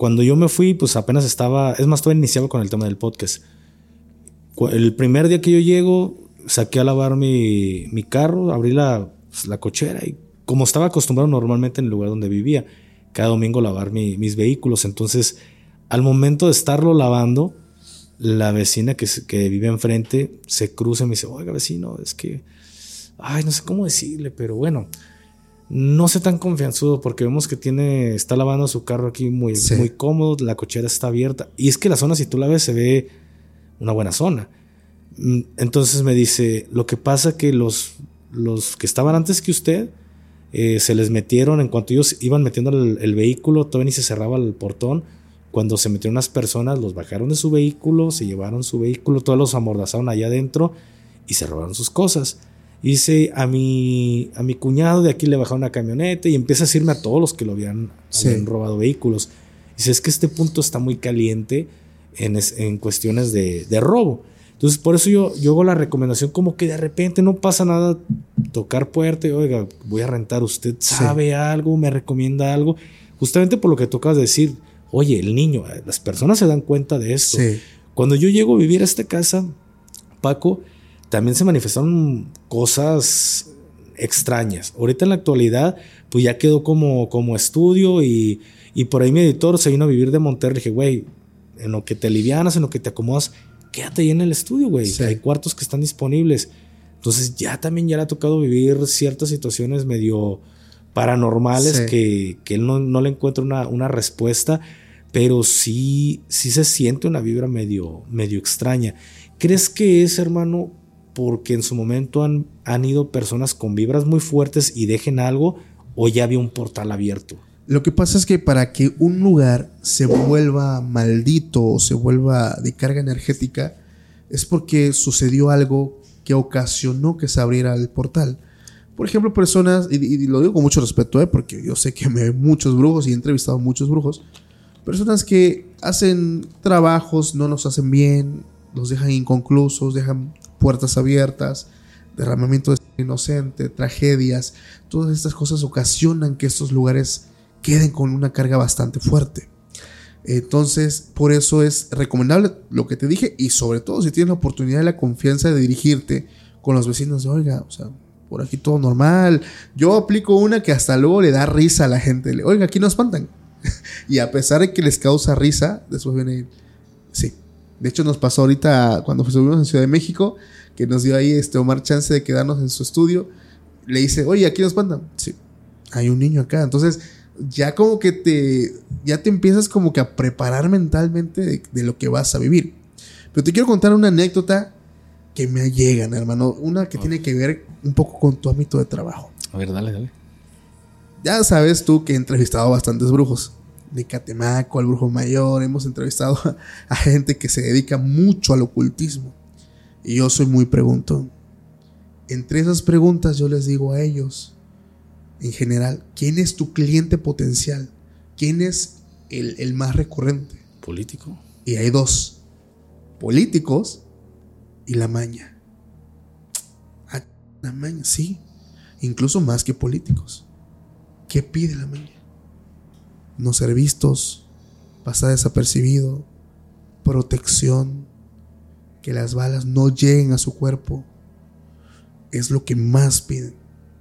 cuando yo me fui, pues apenas estaba, es más, todavía iniciaba con el tema del podcast. El primer día que yo llego, saqué a lavar mi, mi carro, abrí la, pues, la cochera y como estaba acostumbrado normalmente en el lugar donde vivía, cada domingo lavar mi, mis vehículos. Entonces, al momento de estarlo lavando, la vecina que, que vive enfrente se cruza y me dice, oiga vecino, es que, ay, no sé cómo decirle, pero bueno, no sé tan confianzudo porque vemos que tiene, está lavando su carro aquí muy, sí. muy cómodo, la cochera está abierta. Y es que la zona, si tú la ves, se ve una buena zona. Entonces me dice, lo que pasa que los, los que estaban antes que usted, eh, se les metieron, en cuanto ellos iban metiendo el, el vehículo, todavía ni se cerraba el portón. Cuando se metieron unas personas, los bajaron de su vehículo, se llevaron su vehículo, todos los amordazaron allá adentro y se robaron sus cosas. Y dice, a mi, a mi cuñado de aquí le bajaron una camioneta y empieza a decirme a todos los que lo habían, sí. habían robado vehículos. Dice, es que este punto está muy caliente en, en cuestiones de, de robo. Entonces, por eso yo, yo hago la recomendación como que de repente no pasa nada tocar puerta y, oiga, voy a rentar, ¿usted sabe sí. algo? ¿Me recomienda algo? Justamente por lo que tocas decir, oye, el niño, las personas se dan cuenta de esto. Sí. Cuando yo llego a vivir a esta casa, Paco, también se manifestaron cosas extrañas. Ahorita en la actualidad, pues ya quedó como, como estudio y, y por ahí mi editor se vino a vivir de Monterrey. Le dije, güey, en lo que te alivianas, en lo que te acomodas, quédate ahí en el estudio, güey. Sí. Hay cuartos que están disponibles. Entonces ya también ya le ha tocado vivir ciertas situaciones medio paranormales sí. que, que él no, no le encuentra una, una respuesta, pero sí, sí se siente una vibra medio, medio extraña. ¿Crees que es, hermano, porque en su momento han, han ido personas con vibras muy fuertes y dejen algo, o ya había un portal abierto? Lo que pasa es que para que un lugar se vuelva maldito o se vuelva de carga energética es porque sucedió algo que ocasionó que se abriera el portal. Por ejemplo, personas, y, y lo digo con mucho respeto, ¿eh? porque yo sé que me ven muchos brujos y he entrevistado a muchos brujos, personas que hacen trabajos, no los hacen bien, los dejan inconclusos, dejan puertas abiertas, derramamiento de sangre inocente, tragedias. Todas estas cosas ocasionan que estos lugares queden con una carga bastante fuerte. Entonces, por eso es recomendable lo que te dije, y sobre todo si tienes la oportunidad y la confianza de dirigirte con los vecinos de, oiga, o sea, por aquí todo normal. Yo aplico una que hasta luego le da risa a la gente. Oiga, aquí no espantan. Y a pesar de que les causa risa, después viene, sí. De hecho, nos pasó ahorita cuando estuvimos en Ciudad de México, que nos dio ahí este Omar chance de quedarnos en su estudio. Le dice, oye, ¿aquí no espantan? Sí, hay un niño acá. Entonces, ya como que te, ya te empiezas como que a preparar mentalmente de, de lo que vas a vivir. Pero te quiero contar una anécdota que me llegan, hermano. Una que oh. tiene que ver un poco con tu ámbito de trabajo. A ver, dale, dale. Ya sabes tú que he entrevistado a bastantes brujos. De Catemaco al brujo mayor. Hemos entrevistado a, a gente que se dedica mucho al ocultismo. Y yo soy muy preguntón. Entre esas preguntas yo les digo a ellos, en general, ¿quién es tu cliente potencial? ¿Quién es el, el más recurrente? Político. Y hay dos. Políticos y la maña. Ah, la maña, sí. Incluso más que políticos. ¿Qué pide la maña? No ser vistos, pasar desapercibido, protección, que las balas no lleguen a su cuerpo. Es lo que más piden.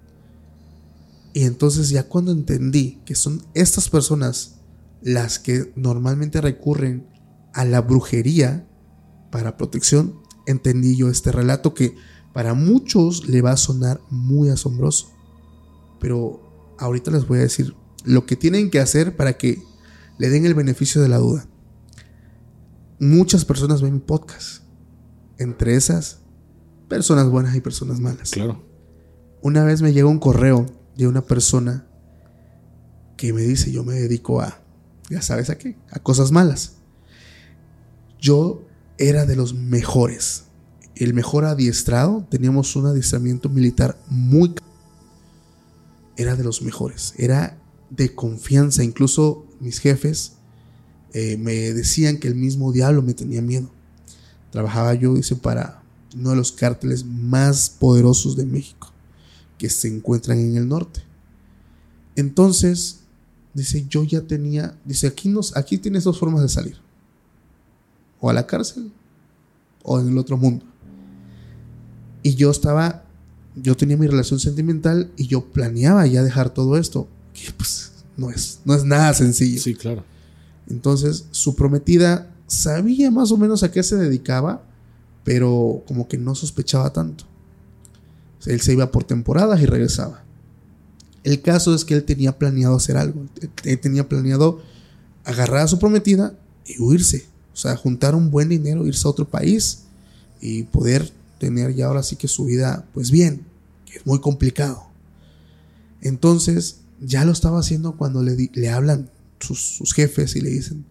Y entonces ya cuando entendí que son estas personas las que normalmente recurren a la brujería para protección, entendí yo este relato que para muchos le va a sonar muy asombroso. Pero ahorita les voy a decir lo que tienen que hacer para que le den el beneficio de la duda. Muchas personas ven mi podcast. Entre esas, personas buenas y personas malas. Claro. Una vez me llegó un correo de una persona que me dice, yo me dedico a, ya sabes a qué, a cosas malas. Yo era de los mejores, el mejor adiestrado. Teníamos un adiestramiento militar muy, era de los mejores, era de confianza. Incluso mis jefes eh, me decían que el mismo diablo me tenía miedo. Trabajaba yo, dice, para uno de los cárteles más poderosos de México, que se encuentran en el norte. Entonces, dice, yo ya tenía, dice, aquí, nos, aquí tienes dos formas de salir. O a la cárcel o en el otro mundo. Y yo estaba, yo tenía mi relación sentimental y yo planeaba ya dejar todo esto. Que pues no es, no es nada sencillo. Sí, claro. Entonces su prometida sabía más o menos a qué se dedicaba, pero como que no sospechaba tanto. O sea, él se iba por temporadas y regresaba. El caso es que él tenía planeado hacer algo. Él tenía planeado agarrar a su prometida y huirse. O sea, juntar un buen dinero, irse a otro país y poder tener ya ahora sí que su vida, pues bien, que es muy complicado. Entonces, ya lo estaba haciendo cuando le, di, le hablan sus, sus jefes y le dicen,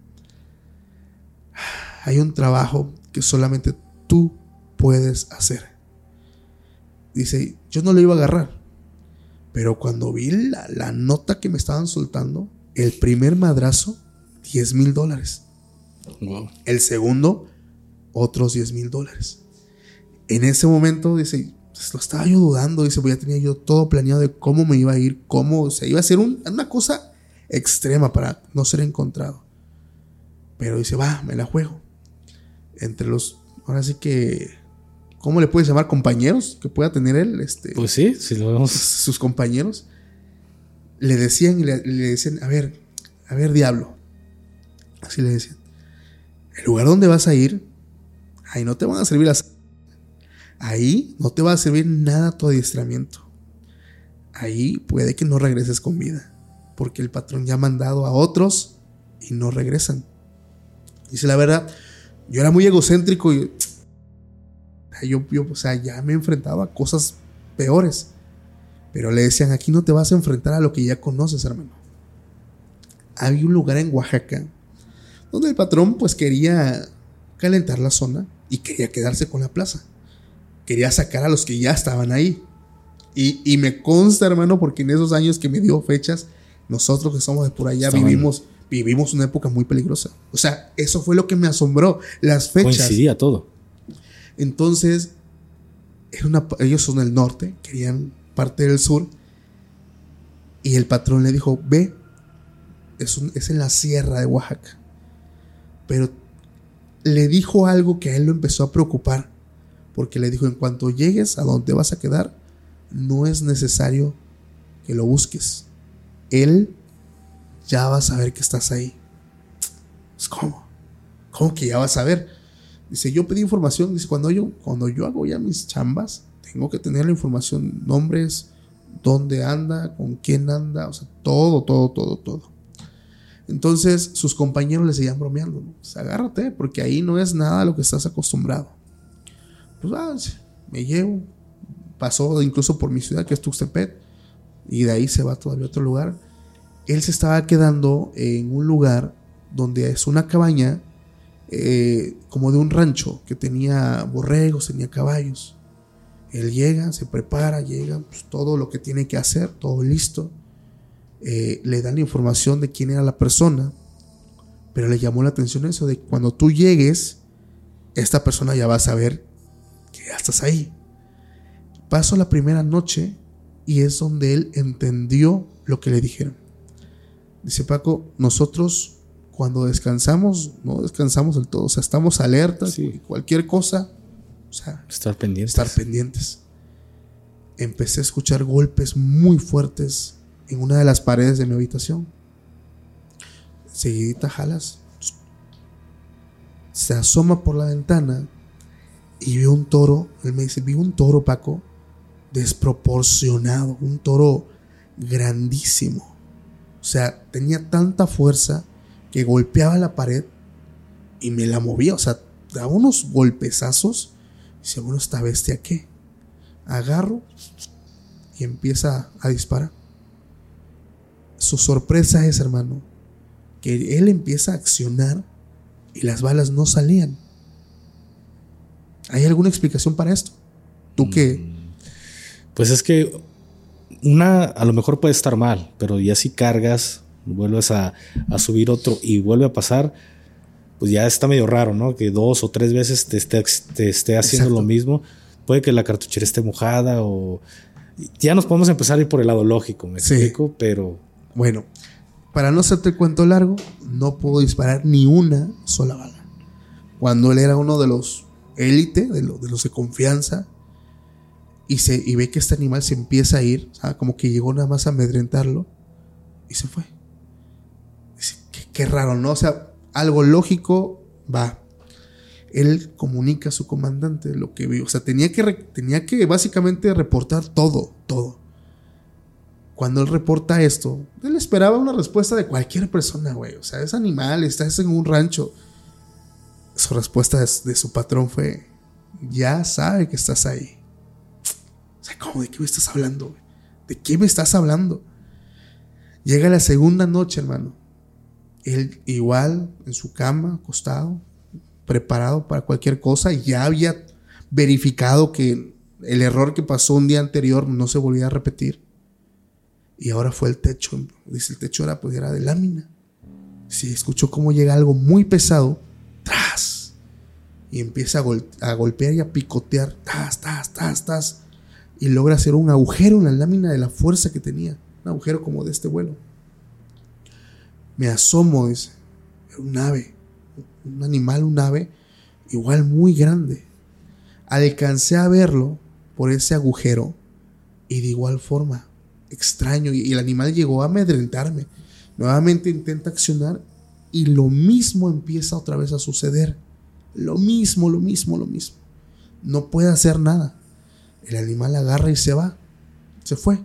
hay un trabajo que solamente tú puedes hacer. Dice, yo no lo iba a agarrar. Pero cuando vi la, la nota que me estaban soltando, el primer madrazo, diez mil dólares. Wow. El segundo, otros diez mil dólares. En ese momento, dice, pues lo estaba yo dudando. Dice, pues ya tenía yo todo planeado de cómo me iba a ir, cómo, o sea, iba a ser un, una cosa extrema para no ser encontrado. Pero dice, va, me la juego. Entre los, ahora sí que, ¿cómo le puedes llamar? Compañeros que pueda tener él. Este, pues sí, si lo vemos. Sus compañeros le decían y le, le decían, a ver, a ver, diablo. Así le decían. El lugar donde vas a ir, ahí no te van a servir las... Ahí no te va a servir nada tu adiestramiento. Ahí puede que no regreses con vida, porque el patrón ya ha mandado a otros y no regresan. Dice, la verdad, yo era muy egocéntrico y yo, yo, o sea, ya me he enfrentado a cosas peores. Pero le decían, aquí no te vas a enfrentar a lo que ya conoces, hermano. Había un lugar en Oaxaca donde el patrón pues quería calentar la zona y quería quedarse con la plaza. Quería sacar a los que ya estaban ahí. Y, y me consta, hermano, porque en esos años que me dio fechas, nosotros que somos de por allá Estaban... vivimos, vivimos una época muy peligrosa. O sea, eso fue lo que me asombró. Las fechas. Coincidía todo. Entonces, era una, ellos son del norte, querían parte del sur. Y el patrón le dijo, ve, es, un, es en la sierra de Oaxaca. Pero le dijo algo que a él lo empezó a preocupar. Porque le dijo, en cuanto llegues a donde vas a quedar, no es necesario que lo busques. Él ya va a saber que estás ahí. ¿Cómo? ¿Cómo que ya va a saber? Dice, yo pedí información. Dice, cuando yo, cuando yo hago ya mis chambas, tengo que tener la información, nombres, dónde anda, con quién anda, o sea, todo, todo, todo, todo. Entonces sus compañeros le seguían bromeando, ¿no? Pues agárrate, porque ahí no es nada a lo que estás acostumbrado. Pues ah, me llevo. Pasó incluso por mi ciudad, que es Tuxtepec, y de ahí se va todavía a otro lugar. Él se estaba quedando en un lugar donde es una cabaña, eh, como de un rancho, que tenía borregos, tenía caballos. Él llega, se prepara, llega, pues, todo lo que tiene que hacer, todo listo. Eh, le dan la información de quién era la persona, pero le llamó la atención eso de que cuando tú llegues, esta persona ya va a saber que ya estás ahí. Pasó la primera noche y es donde él entendió lo que le dijeron. Dice Paco, nosotros cuando descansamos, no descansamos del todo, o sea, estamos alertas, sí. Cualquier cosa, o sea, estar pendientes. Estar pendientes. Empecé a escuchar golpes muy fuertes en una de las paredes de mi habitación. Seguidita jalas. Se asoma por la ventana y ve un toro. Él me dice, vi un toro, Paco, desproporcionado, un toro grandísimo. O sea, tenía tanta fuerza que golpeaba la pared y me la movía. O sea, daba unos golpezazos. Y dice, bueno, ¿esta bestia qué? Agarro y empieza a disparar. Su sorpresa es, hermano, que él empieza a accionar y las balas no salían. ¿Hay alguna explicación para esto? ¿Tú qué? Pues es que una a lo mejor puede estar mal, pero ya si cargas, vuelves a, a subir otro y vuelve a pasar, pues ya está medio raro, ¿no? Que dos o tres veces te esté, te esté haciendo Exacto. Lo mismo. Puede que la cartuchera esté mojada o... Ya nos podemos empezar a ir por el lado lógico, me sí. explico, pero... Bueno, Para no hacerte el cuento largo, no pudo disparar ni una sola bala. Cuando él era uno de los élite, de, lo, de los de confianza, y, se, y ve que este animal se empieza a ir, o sea, como que llegó nada más a amedrentarlo, y se fue. Dice, qué, qué raro, ¿no? O sea, algo lógico va. Él comunica a su comandante lo que vio. O sea, tenía que, tenía que básicamente reportar todo, todo. Cuando él reporta esto, él esperaba una respuesta de cualquier persona, güey. O sea, es animal, estás en un rancho. Su respuesta de, de su patrón fue, ya sabe que estás ahí. O sea, ¿cómo? ¿De qué me estás hablando, güey? ¿De qué me estás hablando? Llega la segunda noche, hermano. Él igual, en su cama, acostado, preparado para cualquier cosa. Ya había verificado que el error que pasó un día anterior no se volvía a repetir. Y ahora fue el techo. Dice, el techo era, pues, era de lámina. Sí, escuchó cómo llega algo muy pesado. ¡Tras! Y empieza a, gol- a golpear y a picotear. ¡Tas, tas, tas, tas! Y logra hacer un agujero en la lámina de la fuerza que tenía. Un agujero como de este vuelo. Me asomo, dice. Era un ave. Un animal, un ave. Igual muy grande. Alcancé a verlo por ese agujero. Y de igual forma. Extraño. Y el animal llegó a amedrentarme. Nuevamente intenta accionar. Y lo mismo empieza otra vez a suceder. Lo mismo, lo mismo, lo mismo. No puede hacer nada. El animal agarra y se va. Se fue.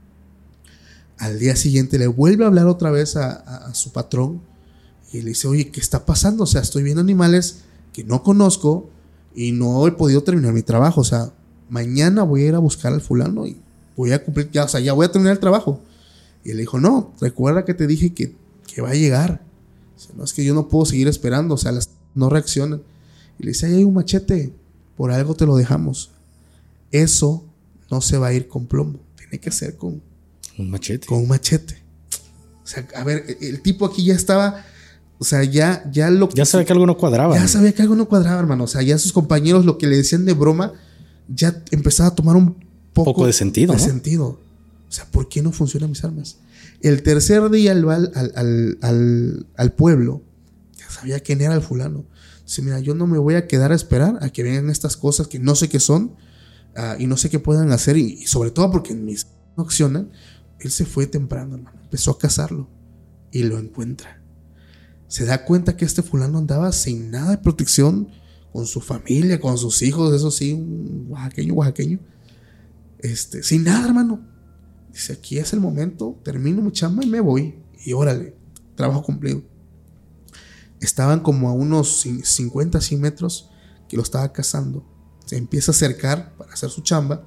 Al día siguiente le vuelve a hablar otra vez a, a, a su patrón. Y le dice, oye, ¿qué está pasando? O sea, estoy viendo animales que no conozco y no he podido terminar mi trabajo. O sea, mañana voy a ir a buscar al fulano y voy a cumplir, ya, o sea, ya voy a terminar el trabajo. Y él le dijo, no, recuerda que te dije que, que va a llegar. O sea, no, es que yo no puedo seguir esperando. O sea, las no reaccionan. Y le dice, ahí hay un machete, por algo te lo dejamos. Eso no se va a ir con plomo. Tiene que ser con un machete. Con un machete. O sea, a ver, el tipo aquí ya estaba, o sea, ya, ya lo Ya sabía que algo no cuadraba. Ya ¿no? sabía que algo no cuadraba, hermano. O sea, ya sus compañeros lo que le decían de broma ya empezaba a tomar un poco, poco de sentido. De ¿no? sentido. O sea, ¿por qué no funcionan mis armas? El tercer día él va al, al, al, al, al pueblo. Ya sabía quién era el fulano. Dice, mira, yo no me voy a quedar a esperar a que vengan estas cosas que no sé qué son uh, y no sé qué puedan hacer. Y, y sobre todo porque mis no accionan. Él se fue temprano, hermano. Empezó a cazarlo y lo encuentra. Se da cuenta que este fulano andaba sin nada de protección, con su familia, con sus hijos, eso sí, un oaxaqueño, oaxaqueño. Este, sin nada, hermano. Dice, aquí es el momento, termino mi chamba y me voy. Y órale, trabajo cumplido. Estaban como a unos cincuenta, cien metros que lo estaba cazando. Se empieza a acercar para hacer su chamba.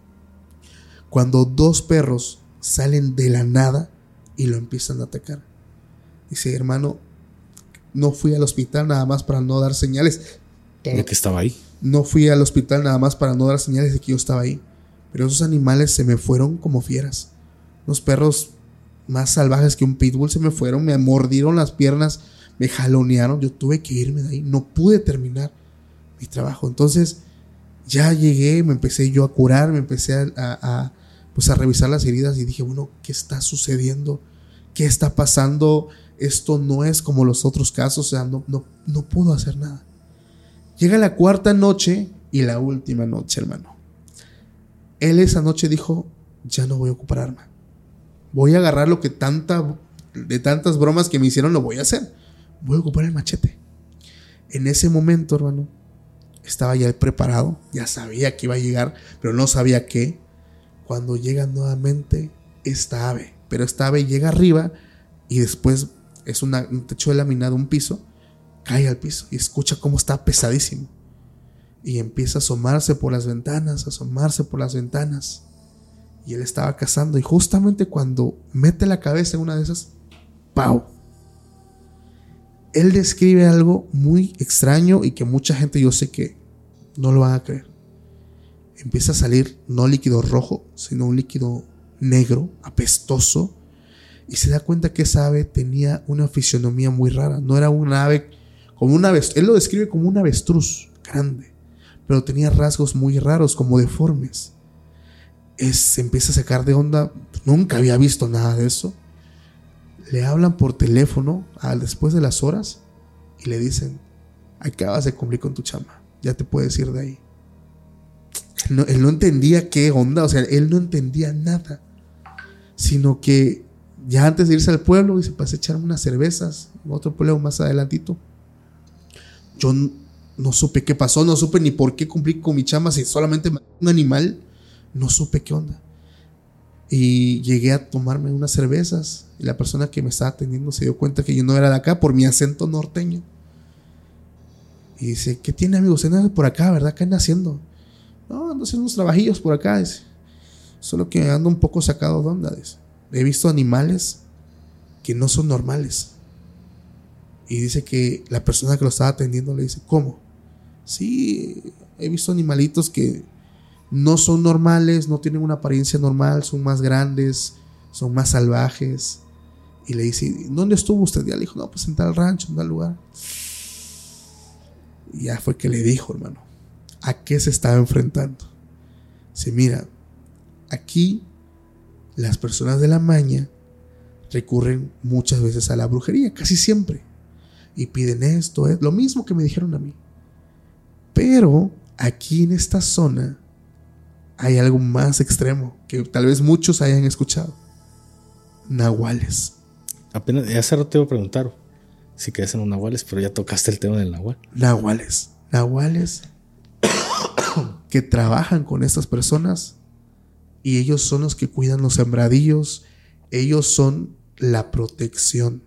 Cuando dos perros salen de la nada y lo empiezan a atacar. Dice, hermano, no fui al hospital nada más para no dar señales de que estaba ahí. No fui al hospital nada más para no dar señales de que yo estaba ahí. Pero esos animales se me fueron como fieras. Unos perros más salvajes que un pitbull se me fueron, me mordieron las piernas, me jalonearon. Yo tuve que irme de ahí, no pude terminar mi trabajo. Entonces ya llegué, me empecé yo a curar, me empecé a, a, a pues a revisar las heridas y dije, bueno, ¿qué está sucediendo? ¿Qué está pasando? Esto no es como los otros casos, o sea, no, no, no puedo hacer nada. Llega la cuarta noche y la última noche, hermano. Él esa noche dijo, ya no voy a ocupar arma. Voy a agarrar lo que tanta, de tantas bromas que me hicieron, lo voy a hacer. Voy a ocupar el machete. En ese momento, hermano, estaba ya preparado, ya sabía que iba a llegar, pero no sabía qué. Cuando llega nuevamente esta ave, pero esta ave llega arriba y después es una, un techo de laminado, un piso, cae al piso y escucha cómo está pesadísimo y empieza a asomarse por las ventanas, a asomarse por las ventanas, y él estaba cazando y justamente cuando mete la cabeza en una de esas, ¡pau! Él describe algo muy extraño y que mucha gente yo sé que no lo van a creer. Empieza a salir no líquido rojo, sino un líquido negro, apestoso, y se da cuenta que esa ave tenía una fisionomía muy rara. No era una ave como una avestruz, él lo describe como un avestruz grande, pero tenía rasgos muy raros, como deformes. Es, se empieza a sacar de onda, nunca había visto nada de eso. le hablan por teléfono a, después de las horas y le dicen: acabas de cumplir con tu chamba, ya te puedes ir de ahí. Él no, él no entendía qué onda, o sea, él no entendía nada, sino que ya antes de irse al pueblo, dice, para echar unas cervezas en otro pueblo más adelantito. Yo no, no supe qué pasó, no supe ni por qué cumplí con mi chamba, si solamente un animal, no supe qué onda. Y llegué a tomarme unas cervezas y la persona que me estaba atendiendo se dio cuenta que yo no era de acá por mi acento norteño. Y dice: ¿qué tiene, amigo? Usted anda por acá, ¿verdad? ¿Qué anda haciendo? No, ando haciendo unos trabajillos por acá, dice. Solo que ando un poco sacado de onda, dice. He visto animales que no son normales. Y dice que la persona que lo estaba atendiendo le dice: ¿cómo? Sí, he visto animalitos que no son normales, no tienen una apariencia normal, son más grandes, son más salvajes. Y le dice: ¿dónde estuvo usted? Y le dijo: no, pues en tal rancho, en tal lugar. Y ya fue que le dijo, hermano, ¿a qué se estaba enfrentando? Dice: mira, aquí las personas de la maña recurren muchas veces a la brujería, casi siempre, y piden esto, es lo mismo que me dijeron a mí. Pero aquí en esta zona hay algo más extremo que tal vez muchos hayan escuchado: nahuales. Apenas, hace rato te iba a preguntar si crees en los nahuales, pero ya tocaste el tema del nahual. Nahuales, nahuales que trabajan con estas personas y ellos son los que cuidan los sembradíos, ellos son la protección.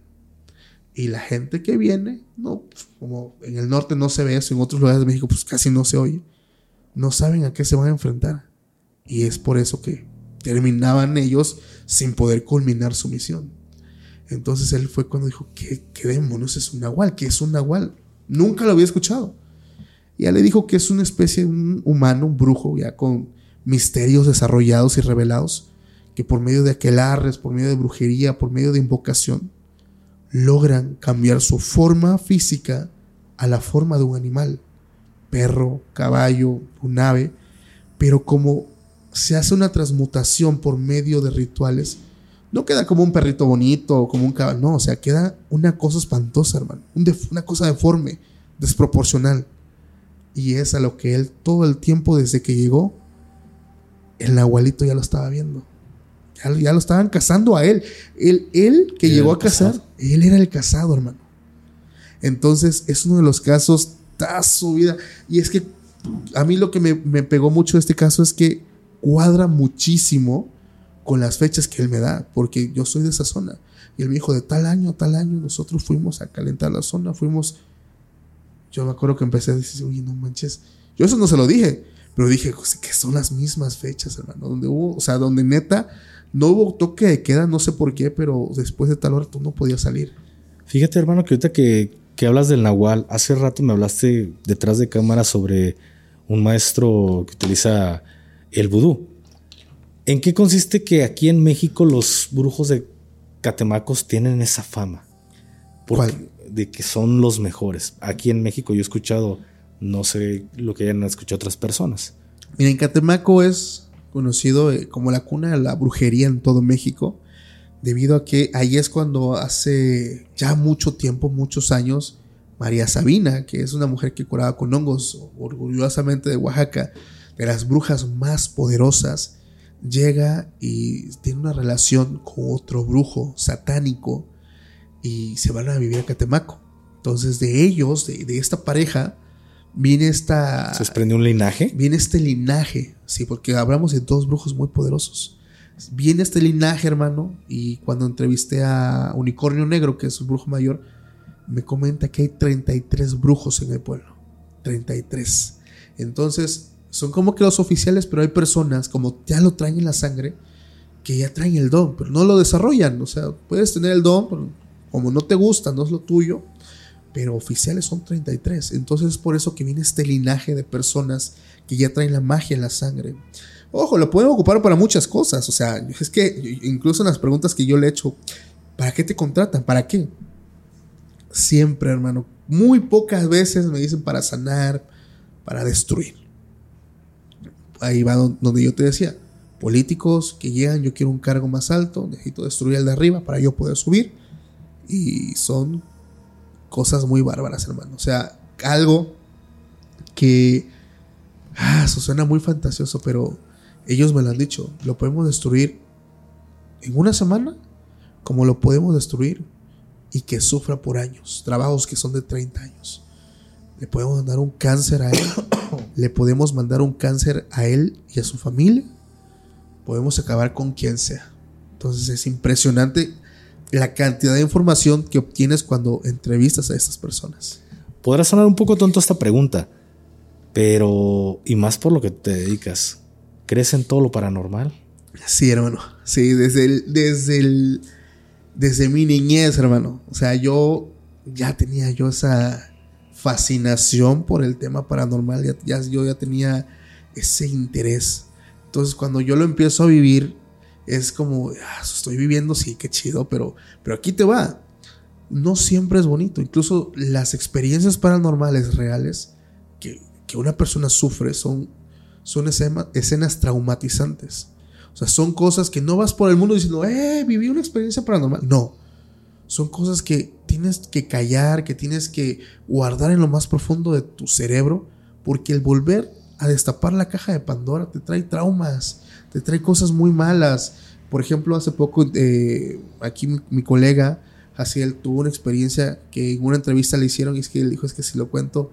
Y la gente que viene, no, como en el norte no se ve eso, en otros lugares de México pues casi no se oye, no saben a qué se van a enfrentar. Y es por eso que terminaban ellos sin poder culminar su misión. Entonces él fue cuando dijo: ¿qué, qué demonios es un nahual? ¿Qué es un nahual? Nunca lo había escuchado. Y ya le dijo que es una especie de un humano, un brujo, ya con misterios desarrollados y revelados, que por medio de aquelarres, por medio de brujería, por medio de invocación, logran cambiar su forma física a la forma de un animal, perro, caballo, un ave, pero como se hace una transmutación por medio de rituales, no queda como un perrito bonito o como un caballo, no, o sea, queda una cosa espantosa, hermano, un def- una cosa deforme, desproporcional. Y es a lo que él todo el tiempo desde que llegó, el nahualito ya lo estaba viendo. Ya, ya lo estaban cazando a él. Él, él que llegó a cazar, él era el cazado, hermano. Entonces es uno de los casos da su vida. Y es que a mí lo que me, me pegó mucho de este caso es que cuadra muchísimo con las fechas que él me da, porque yo soy de esa zona. Y él me dijo: de tal año a tal año nosotros fuimos a calentar la zona, fuimos... Yo me acuerdo que empecé a decir: oye, no manches. Yo eso no se lo dije, pero dije que son las mismas fechas, hermano, donde hubo, o sea, donde neta no hubo toque de queda, no sé por qué, pero después de tal hora tú no podías salir. Fíjate, hermano, que ahorita que, que hablas del nahual, hace rato me hablaste detrás de cámara sobre un maestro que utiliza el vudú. ¿En qué consiste que aquí en México los brujos de Catemacos tienen esa fama? Porque, ¿cuál? De que son los mejores. Aquí en México yo he escuchado, no sé lo que hayan escuchado otras personas. Mira, en Catemaco es conocido como la cuna de la brujería en todo México, debido a que ahí es cuando hace ya mucho tiempo, muchos años, María Sabina, que es una mujer que curaba con hongos, orgullosamente de Oaxaca, de las brujas más poderosas, llega y tiene una relación con otro brujo satánico y se van a vivir a Catemaco. Entonces de ellos, de, de esta pareja, viene esta... ¿Se desprende un linaje? Viene este linaje, sí, porque hablamos de dos brujos muy poderosos. Viene este linaje, hermano, y cuando entrevisté a Unicornio Negro, que es un brujo mayor, me comenta que hay treinta y tres brujos en el pueblo. treinta y tres. Entonces, son como que los oficiales, pero hay personas, como ya lo traen en la sangre, que ya traen el don, pero no lo desarrollan. O sea, puedes tener el don, pero como no te gusta, no es lo tuyo, pero oficiales son treinta y tres. Entonces es por eso que viene este linaje de personas que ya traen la magia en la sangre. Ojo, lo pueden ocupar para muchas cosas. O sea, es que incluso en las preguntas que yo le he hecho, ¿para qué te contratan? ¿Para qué? Siempre, hermano, muy pocas veces me dicen para sanar, para destruir. Ahí va donde yo te decía, políticos que llegan, yo quiero un cargo más alto, necesito destruir al de arriba para yo poder subir. Y son cosas muy bárbaras, hermano. O sea, algo que... Ah, eso suena muy fantasioso, pero ellos me lo han dicho. Lo podemos destruir en una semana, como lo podemos destruir y que sufra por años. Trabajos que son de treinta años. Le podemos mandar un cáncer a él. Le podemos mandar un cáncer a él y a su familia. Podemos acabar con quien sea. Entonces es impresionante la cantidad de información que obtienes cuando entrevistas a estas personas. Podrá sonar un poco tonto esta pregunta, pero, y más por lo que te dedicas, ¿crees en todo lo paranormal? Sí, hermano. Sí, desde el, desde el, desde mi niñez, hermano. O sea, yo ya tenía yo esa fascinación por el tema paranormal. Ya, ya, yo ya tenía ese interés. Entonces, cuando yo lo empiezo a vivir, es como, ah, estoy viviendo, sí, qué chido, pero, pero aquí te va. No siempre es bonito. Incluso las experiencias paranormales reales que, que una persona sufre son, son escena, escenas traumatizantes. O sea, son cosas que no vas por el mundo diciendo, eh, viví una experiencia paranormal. No. Son cosas que tienes que callar, que tienes que guardar en lo más profundo de tu cerebro, porque el volver a destapar la caja de Pandora te trae traumas, te trae cosas muy malas. Por ejemplo, hace poco eh, aquí mi, mi colega Jaciel tuvo una experiencia que en una entrevista le hicieron y es que él dijo, es que si lo cuento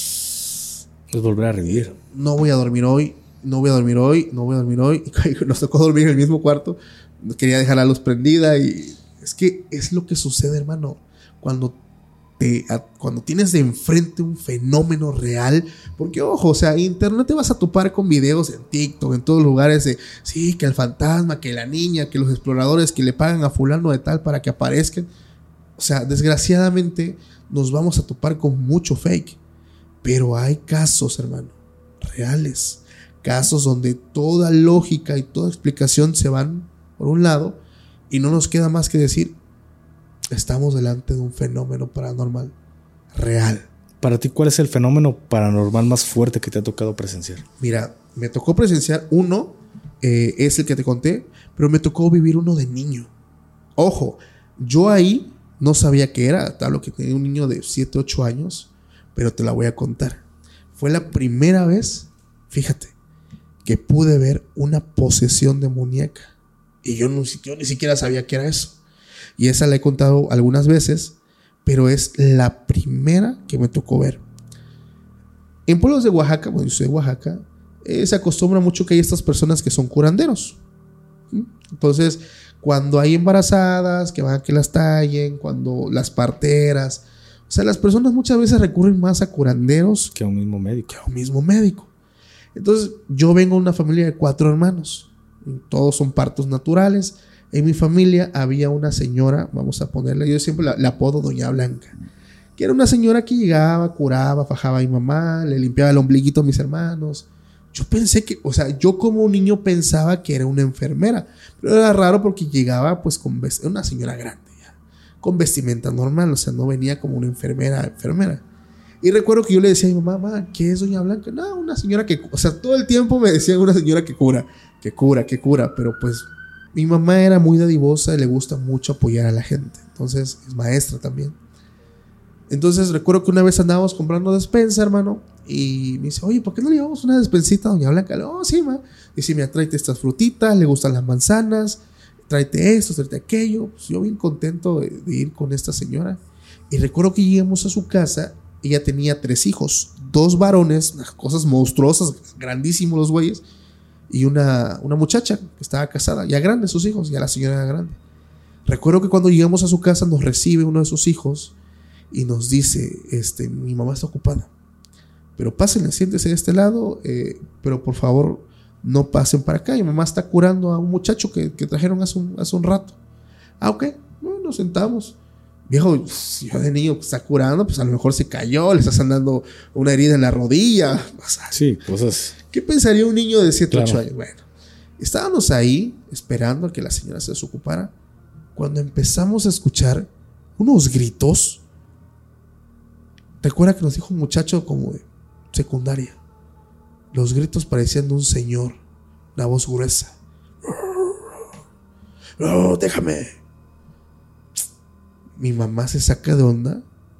es volver a revivir. No voy a dormir hoy, no voy a dormir hoy, no voy a dormir hoy. Y nos tocó dormir en el mismo cuarto. Quería dejar la luz prendida y es que es lo que sucede, hermano, cuando Te, a, cuando tienes de enfrente un fenómeno real, porque ojo, o sea, en internet te vas a topar con videos en TikTok, en todos lugares de, sí, que el fantasma, que la niña, que los exploradores que le pagan a fulano de tal para que aparezcan. O sea, desgraciadamente nos vamos a topar con mucho fake, pero hay casos, hermano, reales, casos donde toda lógica y toda explicación se van por un lado y no nos queda más que decir, estamos delante de un fenómeno paranormal real. Para ti, ¿cuál es el fenómeno paranormal más fuerte que te ha tocado presenciar? Mira, me tocó presenciar uno, eh, es el que te conté, pero me tocó vivir uno de niño. Ojo, yo ahí no sabía qué era, tal lo que tenía un niño de siete, ocho años, pero te la voy a contar. Fue la primera vez, fíjate, que pude ver una posesión demoníaca. Y yo, no, yo ni siquiera sabía qué era eso. Y esa la he contado algunas veces, pero es la primera que me tocó ver. En pueblos de Oaxaca, bueno, yo soy de Oaxaca, eh, se acostumbra mucho que hay estas personas que son curanderos. ¿Sí? Entonces, cuando hay embarazadas, que van a que las tallen, cuando las parteras, o sea, las personas muchas veces recurren más a curanderos que a un mismo médico. Que a un mismo médico. Entonces, yo vengo de una familia de cuatro hermanos. Todos son partos naturales. En mi familia había una señora, vamos a ponerle, yo siempre la, la apodo Doña Blanca, que era una señora que llegaba, curaba, fajaba a mi mamá, le limpiaba el ombliguito a mis hermanos. Yo pensé que, o sea, yo como un niño pensaba que era una enfermera, pero era raro porque llegaba pues con vest- una señora grande, ya, con vestimenta normal, o sea, no venía como una enfermera, enfermera. Y recuerdo que yo le decía a mi mamá, mamá, ¿qué es Doña Blanca? No, una señora que, o sea, todo el tiempo me decían una señora que cura, que cura, que cura, pero pues mi mamá era muy dadivosa y le gusta mucho apoyar a la gente. Entonces, es maestra también. Entonces, recuerdo que una vez andábamos comprando despensa, hermano. Y me dice, oye, ¿por qué no le llevamos una despensita a Doña Blanca? Le digo, oh, sí, ma. Dice, mira, tráete estas frutitas, le gustan las manzanas, tráete esto, tráete aquello. Pues yo bien contento de, de ir con esta señora. Y recuerdo que llegamos a su casa. Ella tenía tres hijos. Dos varones, unas cosas monstruosas, grandísimos los güeyes. Y una, una muchacha que estaba casada, ya grande sus hijos, ya la señora era grande. Recuerdo que cuando llegamos a su casa nos recibe uno de sus hijos y nos dice, este, mi mamá está ocupada, pero pásenle, siéntese de este lado, eh, pero por favor no pasen para acá. Mi mamá está curando a un muchacho que, que trajeron hace un, hace un rato. Ah, ok, bueno, nos sentamos. Viejo, yo de niño que está curando, pues a lo mejor se cayó, le estás andando una herida en la rodilla. O sea, sí, cosas. ¿Qué pensaría un niño de siete, claro. ocho años? Bueno, estábamos ahí esperando a que la señora se desocupara cuando empezamos a escuchar unos gritos. Recuerda que nos dijo un muchacho como de secundaria. Los gritos parecían de un señor, una voz gruesa. No, déjame. Mi mamá se saca de onda.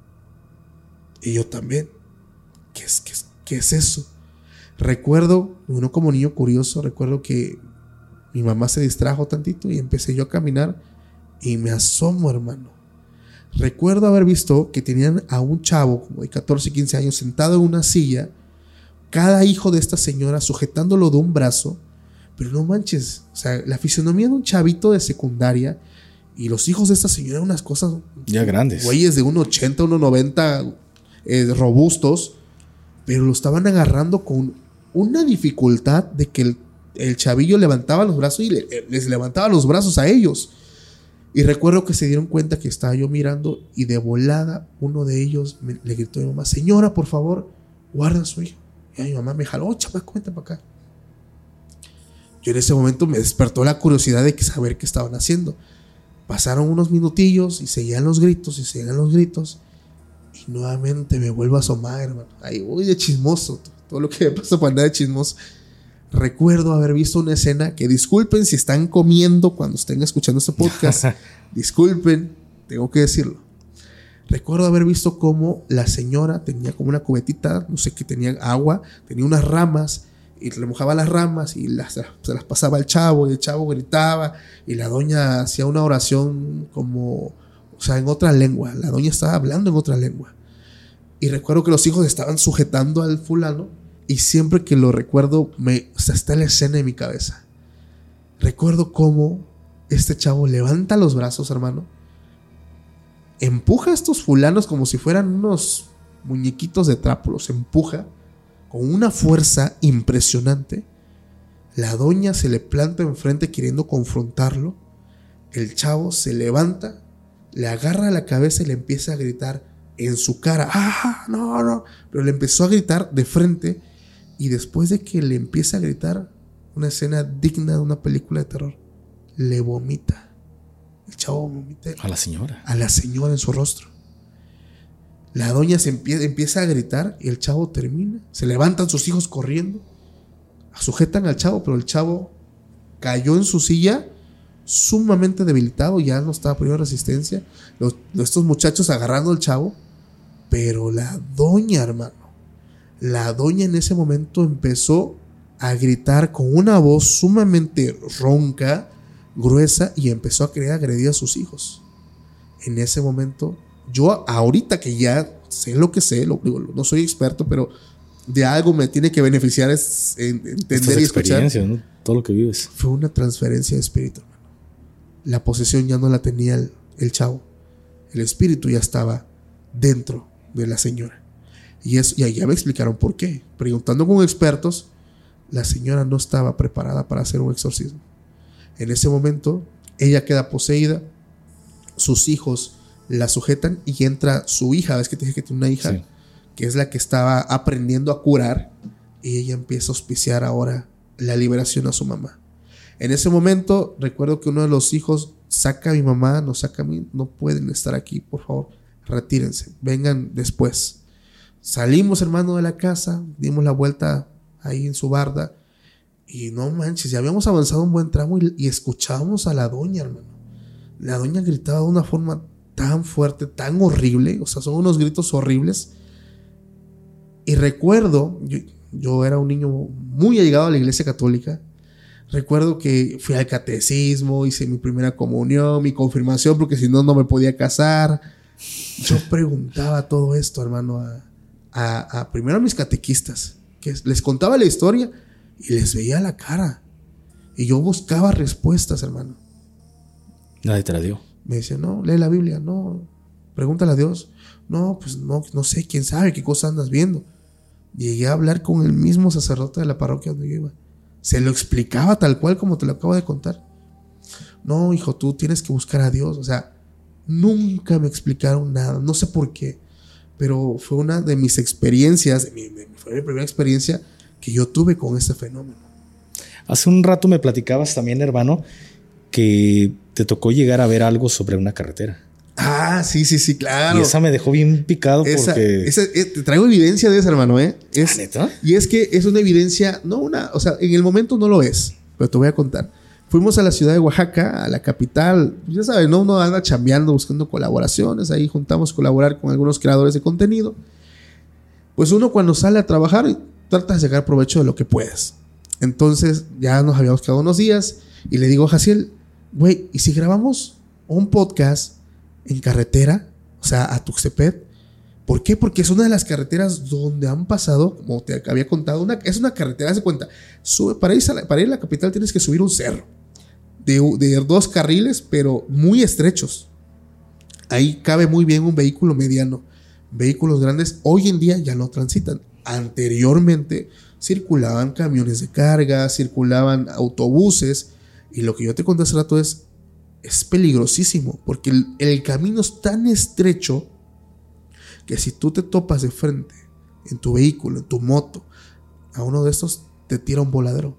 Y yo también. ¿Qué es, qué es, qué es eso? Recuerdo, uno como niño curioso, recuerdo que mi mamá se distrajo tantito y empecé yo a caminar y me asomo, hermano. Recuerdo haber visto que tenían a un chavo como de catorce, quince años sentado en una silla, cada hijo de esta señora sujetándolo de un brazo, pero no manches, o sea, la fisonomía de un chavito de secundaria y los hijos de esta señora eran unas cosas ya grandes, güeyes de uno ochenta, uno noventa, eh, robustos, pero lo estaban agarrando con una dificultad de que el, el chavillo levantaba los brazos y le, les levantaba los brazos a ellos. Y recuerdo que se dieron cuenta que estaba yo mirando y de volada uno de ellos me, le gritó a mi mamá: señora, por favor, guarda a su hijo. Y a mi mamá me jaló: chamaco, vente para acá. Yo en ese momento me despertó la curiosidad de saber qué estaban haciendo. Pasaron unos minutillos y seguían los gritos y seguían los gritos. Y nuevamente me vuelvo a asomar, hermano. Ahí voy de chismoso. Todo lo que me pasa para andar de chismoso. Recuerdo haber visto una escena que, disculpen si están comiendo cuando estén escuchando este podcast. Disculpen, tengo que decirlo. Recuerdo haber visto cómo la señora tenía como una cubetita, no sé qué, tenía agua, tenía unas ramas y le mojaba las ramas y las, se las pasaba al chavo y el chavo gritaba y la doña hacía una oración como, o sea, en otra lengua. La doña estaba hablando en otra lengua. Y recuerdo que los hijos estaban sujetando al fulano. Y siempre que lo recuerdo, me, o sea, está la escena en mi cabeza. Recuerdo cómo este chavo levanta los brazos, hermano. Empuja a estos fulanos como si fueran unos muñequitos de trapo. Los empuja con una fuerza impresionante. La doña se le planta enfrente queriendo confrontarlo. El chavo se levanta, le agarra la cabeza y le empieza a gritar en su cara: ¡ah, no, no! Pero le empezó a gritar de frente. Y después de que le empieza a gritar, una escena digna de una película de terror, le vomita. El chavo vomita a la señora. A la señora en su rostro. La doña se empie- empieza a gritar y el chavo termina. Se levantan sus hijos corriendo, sujetan al chavo, pero el chavo cayó en su silla sumamente debilitado, ya no estaba poniendo resistencia. Los, estos muchachos agarrando al chavo, pero la doña, hermano, la doña en ese momento empezó a gritar con una voz sumamente ronca, gruesa, y empezó a querer agredir a sus hijos. En ese momento, yo ahorita que ya sé lo que sé, lo, digo, no soy experto, pero de algo me tiene que beneficiar es entender y escuchar, ¿no? Todo lo que vives. Fue una transferencia de espíritu, hermano. La posesión ya no la tenía el, el chavo. El espíritu ya estaba dentro de la señora. Y, eso, y ahí ya me explicaron por qué. Preguntando con expertos, la señora no estaba preparada para hacer un exorcismo. En ese momento, ella queda poseída, sus hijos la sujetan y entra su hija. ¿Ves que te dije que tiene una hija? Sí. Que es la que estaba aprendiendo a curar, y ella empieza a auspiciar ahora la liberación a su mamá. En ese momento, recuerdo que uno de los hijos saca a mi mamá, nos saca a mí: no pueden estar aquí, por favor, retírense, vengan después. Salimos, hermano, de la casa, dimos la vuelta ahí en su barda y no manches, ya habíamos avanzado un buen tramo y, y escuchábamos a la doña, hermano. La doña gritaba de una forma tan fuerte, tan horrible, o sea, son unos gritos horribles. Y recuerdo, yo, yo era un niño muy allegado a la iglesia católica. Recuerdo que fui al catecismo, hice mi primera comunión, mi confirmación, porque si no, no me podía casar. Yo preguntaba todo esto, hermano, a A, a primero a mis catequistas, que les contaba la historia y les veía la cara, y yo buscaba respuestas, hermano. Nadie te la dio. Me decían: no, lee la Biblia, no, pregúntale a Dios. No, pues no, no sé, quién sabe qué cosa andas viendo. Llegué a hablar con el mismo sacerdote de la parroquia donde yo iba. Se lo explicaba tal cual como te lo acabo de contar. No, hijo, tú tienes que buscar a Dios. O sea, nunca me explicaron nada, no sé por qué. Pero fue una de mis experiencias, mi, mi, fue mi primera experiencia que yo tuve con este fenómeno. Hace un rato me platicabas también, hermano, que te tocó llegar a ver algo sobre una carretera. Ah, sí, sí, sí, claro. Y esa me dejó bien picado esa, porque... Esa, eh, te traigo evidencia de eso, hermano, ¿eh? Es, ¿neta? Y es que es una evidencia, no una... O sea, en el momento no lo es, pero te voy a contar. Fuimos a la ciudad de Oaxaca, a la capital. Ya saben, ¿no? Uno anda chambeando, buscando colaboraciones. Ahí juntamos colaborar con algunos creadores de contenido. Pues uno cuando sale a trabajar trata de sacar provecho de lo que puedas. Entonces ya nos habíamos quedado unos días y le digo a Jaciel, güey, ¿y si grabamos un podcast en carretera? O sea, a Tuxtepec. ¿Por qué? Porque es una de las carreteras donde han pasado, como te había contado, una, es una carretera, haz de cuenta, sube, para, ir a la, para ir a la capital tienes que subir un cerro de, de dos carriles, pero muy estrechos. Ahí cabe muy bien un vehículo mediano. Vehículos grandes hoy en día ya no transitan. Anteriormente circulaban camiones de carga, circulaban autobuses, y lo que yo te conté hace rato es, es peligrosísimo, porque el, el camino es tan estrecho que si tú te topas de frente en tu vehículo, en tu moto, a uno de estos te tira un voladero.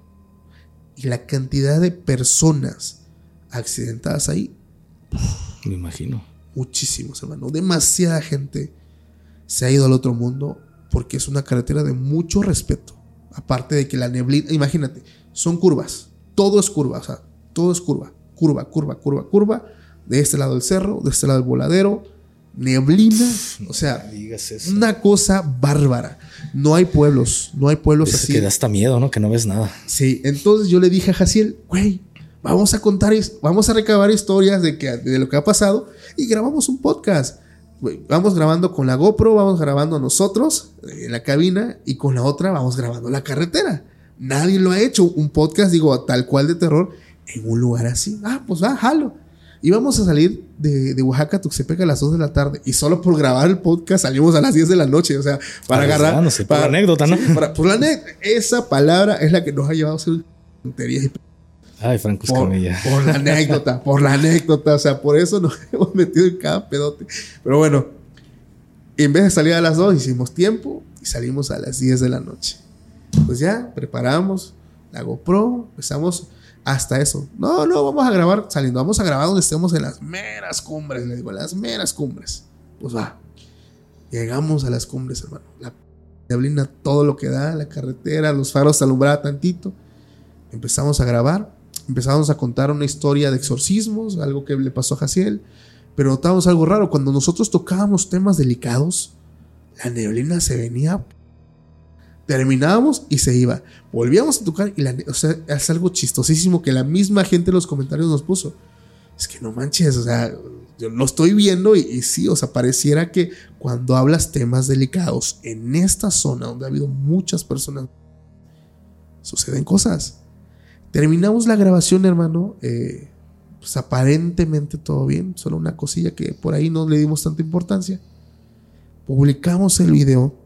Y la cantidad de personas accidentadas ahí, me imagino. Muchísimos, hermano. Demasiada gente se ha ido al otro mundo porque es una carretera de mucho respeto. Aparte de que la neblina, imagínate, son curvas. Todo es curva, o sea, todo es curva. Curva, curva, curva, curva. De este lado el cerro, de este lado el voladero. Neblina, o sea, una cosa bárbara. No hay pueblos, no hay pueblos es así. Que da hasta miedo, ¿no? Que no ves nada. Sí, entonces yo le dije a Jaciel, güey, vamos a contar, vamos a recabar historias de, que, de lo que ha pasado y grabamos un podcast. Vamos grabando con la GoPro, vamos grabando nosotros en la cabina y con la otra vamos grabando la carretera. Nadie lo ha hecho, un podcast, digo, tal cual de terror en un lugar así. Ah, pues va, jalo. Íbamos a salir de, de Oaxaca a Tuxtepec a las dos de la tarde y solo por grabar el podcast salimos a las diez de la noche. O sea, para pues agarrar. No sé, para, por la anécdota, ¿no? Sí, para, por la anécdota. Esa palabra es la que nos ha llevado a hacer tonterías. Ay, Franco Escamilla. Por, por la anécdota, por la anécdota. O sea, por eso nos hemos metido en cada pedote. Pero bueno, en vez de salir a las dos, hicimos tiempo y salimos a las diez de la noche. Pues ya, preparamos la GoPro, empezamos. Hasta eso. No, no, vamos a grabar saliendo. Vamos a grabar donde estemos en las meras cumbres. Le digo, las meras cumbres. Pues va. Llegamos a las cumbres, hermano. La neblina, todo lo que da, la carretera, los faros alumbraba tantito. Empezamos a grabar. Empezamos a contar una historia de exorcismos, algo que le pasó a Jaciel. Pero notamos algo raro. Cuando nosotros tocábamos temas delicados, la neblina se venía. Terminábamos y se iba. Volvíamos a tocar y la, o sea, es algo chistosísimo que la misma gente en los comentarios nos puso. Es que no manches, o sea, yo lo estoy viendo y, y sí, o sea, pareciera que cuando hablas temas delicados en esta zona donde ha habido muchas personas, suceden cosas. Terminamos la grabación, hermano, eh, pues aparentemente todo bien, solo una cosilla que por ahí no le dimos tanta importancia. Publicamos el video.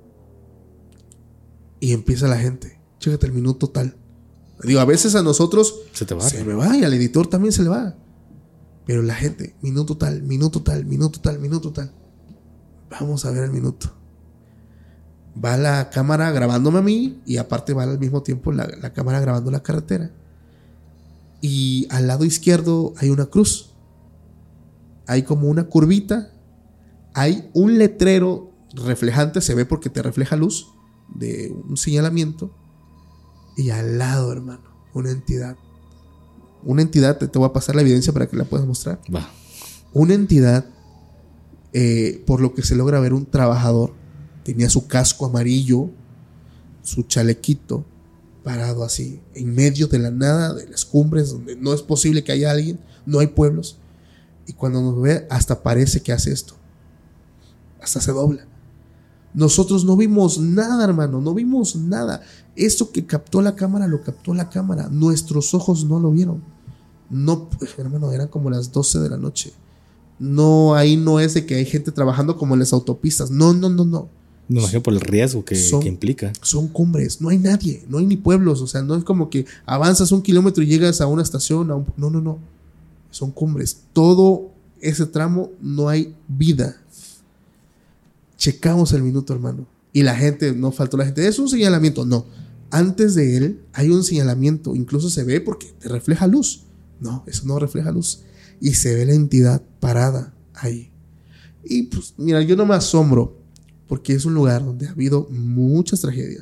Y empieza la gente. Chécate el minuto tal. Digo, a veces a nosotros se te va. Se me va y al editor también se le va. Pero la gente, minuto tal, minuto tal, minuto tal, minuto tal. Vamos a ver el minuto. Va la cámara grabándome a mí y aparte va al mismo tiempo la, la cámara grabando la carretera. Y al lado izquierdo hay una cruz. Hay como una curvita. Hay un letrero reflejante, se ve porque te refleja luz, de un señalamiento, y al lado, hermano, una entidad. Una entidad, te, te voy a pasar la evidencia para que la puedas mostrar. Va. Una entidad, eh, por lo que se logra ver, un trabajador. Tenía su casco amarillo, su chalequito, parado así, en medio de la nada, de las cumbres, donde no es posible que haya alguien, no hay pueblos. Y cuando nos ve, hasta parece que hace esto. Hasta se dobla. Nosotros no vimos nada, hermano, no vimos nada. Esto que captó la cámara, lo captó la cámara. Nuestros ojos no lo vieron. No, hermano, eran como las doce de la noche. No, ahí no es de que hay gente trabajando como en las autopistas. No, no, no, no. Me imagino por el riesgo que, son, que implica. Son cumbres, no hay nadie, no hay ni pueblos. O sea, no es como que avanzas un kilómetro y llegas a una estación. A un, no, no, no. Son cumbres. Todo ese tramo no hay vida. Checamos el minuto, hermano. Y la gente, no faltó la gente. Es un señalamiento. No. Antes de él hay un señalamiento. Incluso se ve porque te refleja luz. No, eso no refleja luz. Y se ve la entidad parada ahí. Y pues, mira, yo no me asombro porque es un lugar donde ha habido muchas tragedias.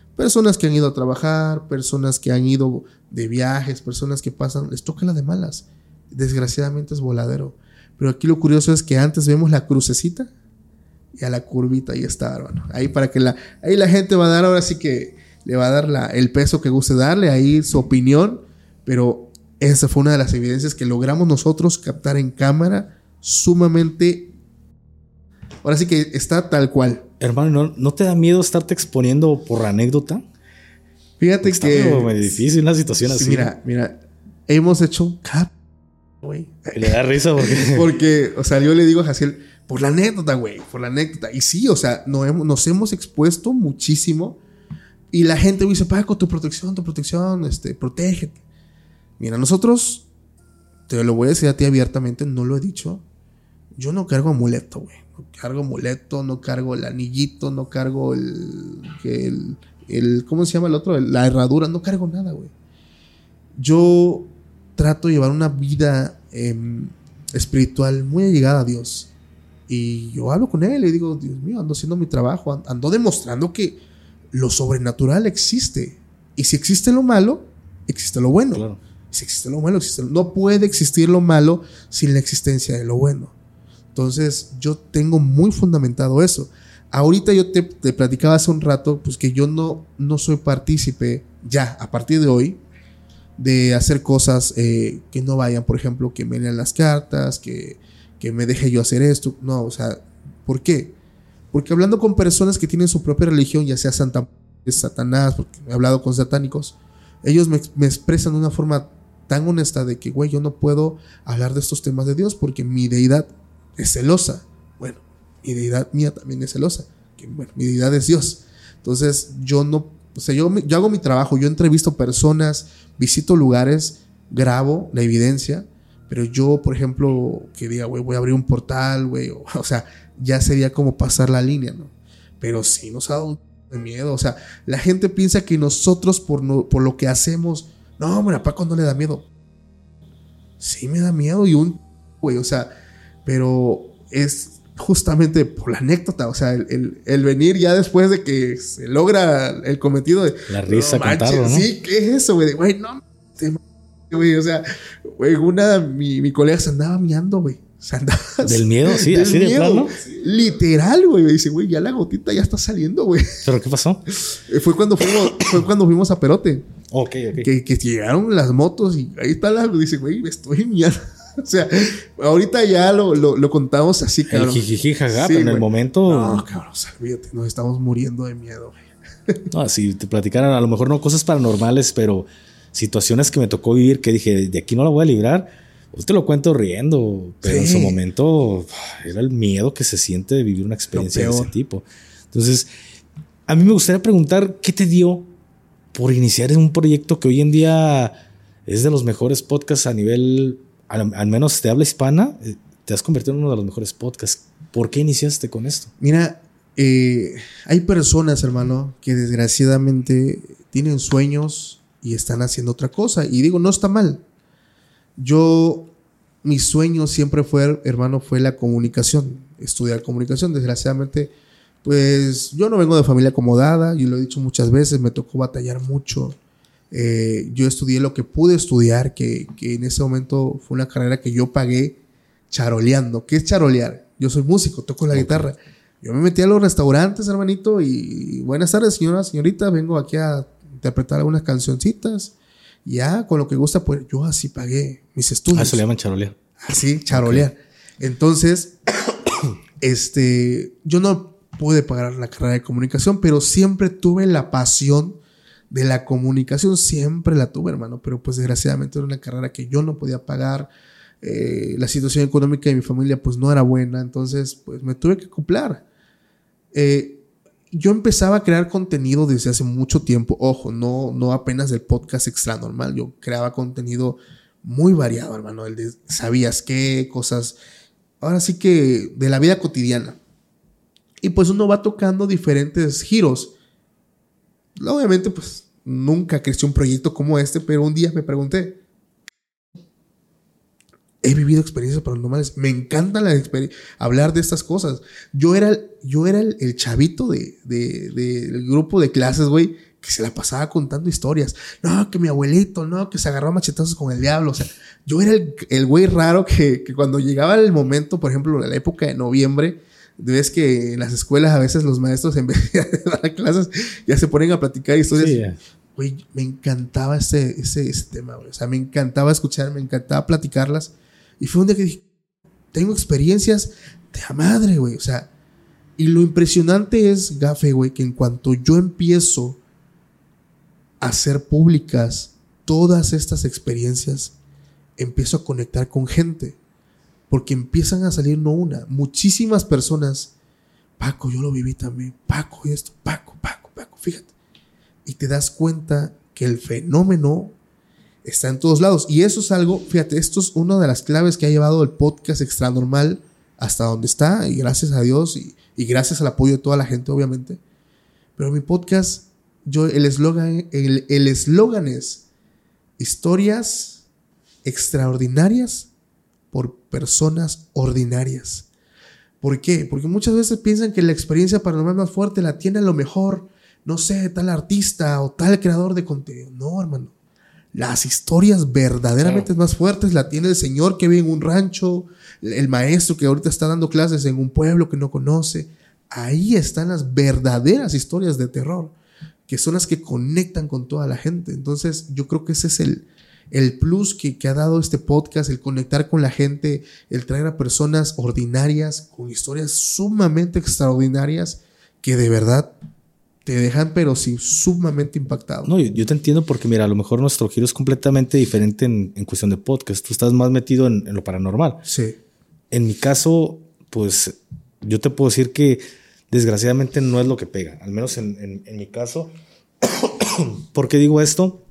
Personas que han ido a trabajar, personas que han ido de viajes, personas que pasan, les toca la de malas. Desgraciadamente es voladero. Pero aquí lo curioso es que antes vemos la crucecita y a la curvita ahí está, hermano. Ahí para que la, ahí la gente va a dar, ahora sí que le va a dar la, el peso que guste darle, ahí su opinión. Pero esa fue una de las evidencias que logramos nosotros captar en cámara, sumamente, ahora sí que está tal cual. Hermano, ¿no, ¿no te da miedo estarte exponiendo por la anécdota? Fíjate está que... Está medio difícil una situación sí, así. Mira, mira, hemos hecho... güey. Le da risa porque... porque, o sea, yo le digo a Jaciel, por la anécdota, güey, por la anécdota. Y sí, o sea, no hemos, nos hemos expuesto muchísimo. Y la gente me dice, Paco, tu protección, tu protección, este, protégete. Mira, nosotros, te lo voy a decir a ti abiertamente, no lo he dicho. Yo no cargo amuleto, güey. No cargo amuleto, no cargo el anillito, no cargo el, el, el ¿cómo se llama el otro? La herradura, no cargo nada, güey. Yo trato de llevar una vida eh, espiritual muy allegada a Dios. Y yo hablo con él y digo, Dios mío, ando haciendo mi trabajo, ando demostrando que lo sobrenatural existe. Y si existe lo malo, existe lo bueno. Claro. Si existe lo malo, existe lo... No puede existir lo malo sin la existencia de lo bueno. Entonces, yo tengo muy fundamentado eso. Ahorita yo te, te platicaba hace un rato, pues que yo no, no soy partícipe ya, a partir de hoy, de hacer cosas eh, que no vayan, por ejemplo, que me lean las cartas, que, que me deje yo hacer esto. No, o sea, ¿por qué? Porque hablando con personas que tienen su propia religión, ya sea Santa, Satanás, porque he hablado con satánicos, ellos me, me expresan de una forma tan honesta de que, güey, yo no puedo hablar de estos temas de Dios porque mi deidad es celosa. Bueno, mi deidad mía también es celosa. Que, bueno, mi deidad es Dios. Entonces, yo no, o sea, yo, yo hago mi trabajo, yo entrevisto personas, visito lugares, grabo la evidencia, pero yo, por ejemplo, que diga, güey, voy a abrir un portal, güey, o, o sea, ya sería como pasar la línea, ¿no? Pero sí nos ha dado un de miedo, o sea, la gente piensa que nosotros por, no, por lo que hacemos, no, hombre, a Paco no le da miedo. Sí me da miedo y un, güey, o sea, pero es justamente por la anécdota, o sea, el, el, el venir ya después de que se logra el cometido de... La risa, no, contarlo, ¿no? Sí, ¿qué es eso, güey? Güey, no, güey, o sea, güey, una, mi, mi colega se andaba miando, güey. O sea, andaba... Del miedo, sí, del así miedo, de plano. Literal, güey, me dice, güey, ya la gotita ya está saliendo, güey. ¿Pero qué pasó? Fue cuando fuimos, fue cuando fuimos a Perote. Ok, ok. Que, que llegaron las motos y ahí está la... Dice, güey, me estoy miando. O sea, ahorita ya lo, lo, lo contamos así, cabrón. El jijiji jaja, Sí, pero en güey. el momento... No, cabrón, olvídate, nos estamos muriendo de miedo, güey. No, si te platicaran, a lo mejor no cosas paranormales, pero situaciones que me tocó vivir que dije, de aquí no la voy a librar. Pues te lo cuento riendo, pero sí, en su momento era el miedo que se siente de vivir una experiencia de ese tipo. Entonces, a mí me gustaría preguntar, ¿qué te dio por iniciar un proyecto que hoy en día es de los mejores podcasts a nivel, al, al menos de habla hispana? Te has convertido en uno de los mejores podcasts. ¿Por qué iniciaste con esto? Mira, eh, hay personas, hermano, que desgraciadamente tienen sueños y están haciendo otra cosa. Y digo, no está mal. Yo, mi sueño siempre fue, hermano, fue la comunicación, estudiar comunicación. Desgraciadamente, pues yo no vengo de familia acomodada, yo lo he dicho muchas veces, me tocó batallar mucho. Eh, yo estudié lo que pude estudiar, que, que en ese momento fue una carrera que yo pagué charoleando. ¿Qué es charolear? Yo soy músico, toco la okay. guitarra. Yo me metí a los restaurantes, hermanito, y buenas tardes, señora, señorita, vengo aquí a interpretar algunas cancioncitas. Ya, con lo que gusta, pues yo así pagué mis estudios. Ah, eso le llaman charolear. Así, charolear. Okay. Entonces, este, yo no pude pagar la carrera de comunicación, pero siempre tuve la pasión de la comunicación. Siempre la tuve, hermano. Pero pues desgraciadamente era una carrera que yo no podía pagar. Eh, la situación económica de mi familia pues no era buena. Entonces, pues me tuve que acoplar. Eh, Yo empezaba a crear contenido desde hace mucho tiempo. Ojo, no, no apenas del podcast Extra Normal. Yo creaba contenido muy variado, hermano. El de ¿sabías qué? Cosas, ahora sí que de la vida cotidiana. Y pues uno va tocando diferentes giros. Obviamente, pues nunca creció un proyecto como este, pero un día me pregunté, he vivido experiencias paranormales. Me encanta la exper- hablar de estas cosas. Yo era, yo era el, el chavito de, de, de, del grupo de clases, güey, que se la pasaba contando historias. No, que mi abuelito, no, que se agarró a machetazos con el diablo. O sea, yo era el, el güey raro que, que cuando llegaba el momento, por ejemplo, en la época de noviembre, ves que en las escuelas a veces los maestros en vez de dar clases ya se ponen a platicar historias. Sí, yeah. Güey, me encantaba ese, ese, ese tema, güey. O sea, me encantaba escuchar, me encantaba platicarlas. Y fue un día que dije, tengo experiencias de la madre, güey. O sea, y lo impresionante es, Gafe, güey, que en cuanto yo empiezo a hacer públicas todas estas experiencias, empiezo a conectar con gente. Porque empiezan a salir no una, muchísimas personas. Paco, yo lo viví también. Paco, esto, Paco, Paco, Paco, fíjate. Y te das cuenta que el fenómeno está en todos lados. Y eso es algo, fíjate, esto es una de las claves que ha llevado el podcast Extranormal hasta donde está. Y gracias a Dios y, y gracias al apoyo de toda la gente, obviamente. Pero mi podcast, yo, el eslogan el, el eslogan es historias extraordinarias por personas ordinarias. ¿Por qué? Porque muchas veces piensan que la experiencia paranormal más fuerte la tiene a lo mejor, no sé, tal artista o tal creador de contenido. No, hermano. Las historias verdaderamente claro. más fuertes la tiene el señor que vive en un rancho, el maestro que ahorita está dando clases en un pueblo que no conoce. Ahí están las verdaderas historias de terror, que son las que conectan con toda la gente. Entonces, yo creo que ese es el El plus que, que ha dado este podcast, el conectar con la gente, el traer a personas ordinarias con historias sumamente extraordinarias que de verdad te dejan, pero sí, sumamente impactado. No, yo, yo te entiendo porque, mira, a lo mejor nuestro giro es completamente diferente en, en cuestión de podcast. Tú estás más metido en, en lo paranormal. Sí. En mi caso, pues, yo te puedo decir que desgraciadamente no es lo que pega. Al menos en, en, en mi caso. ¿Por qué digo esto?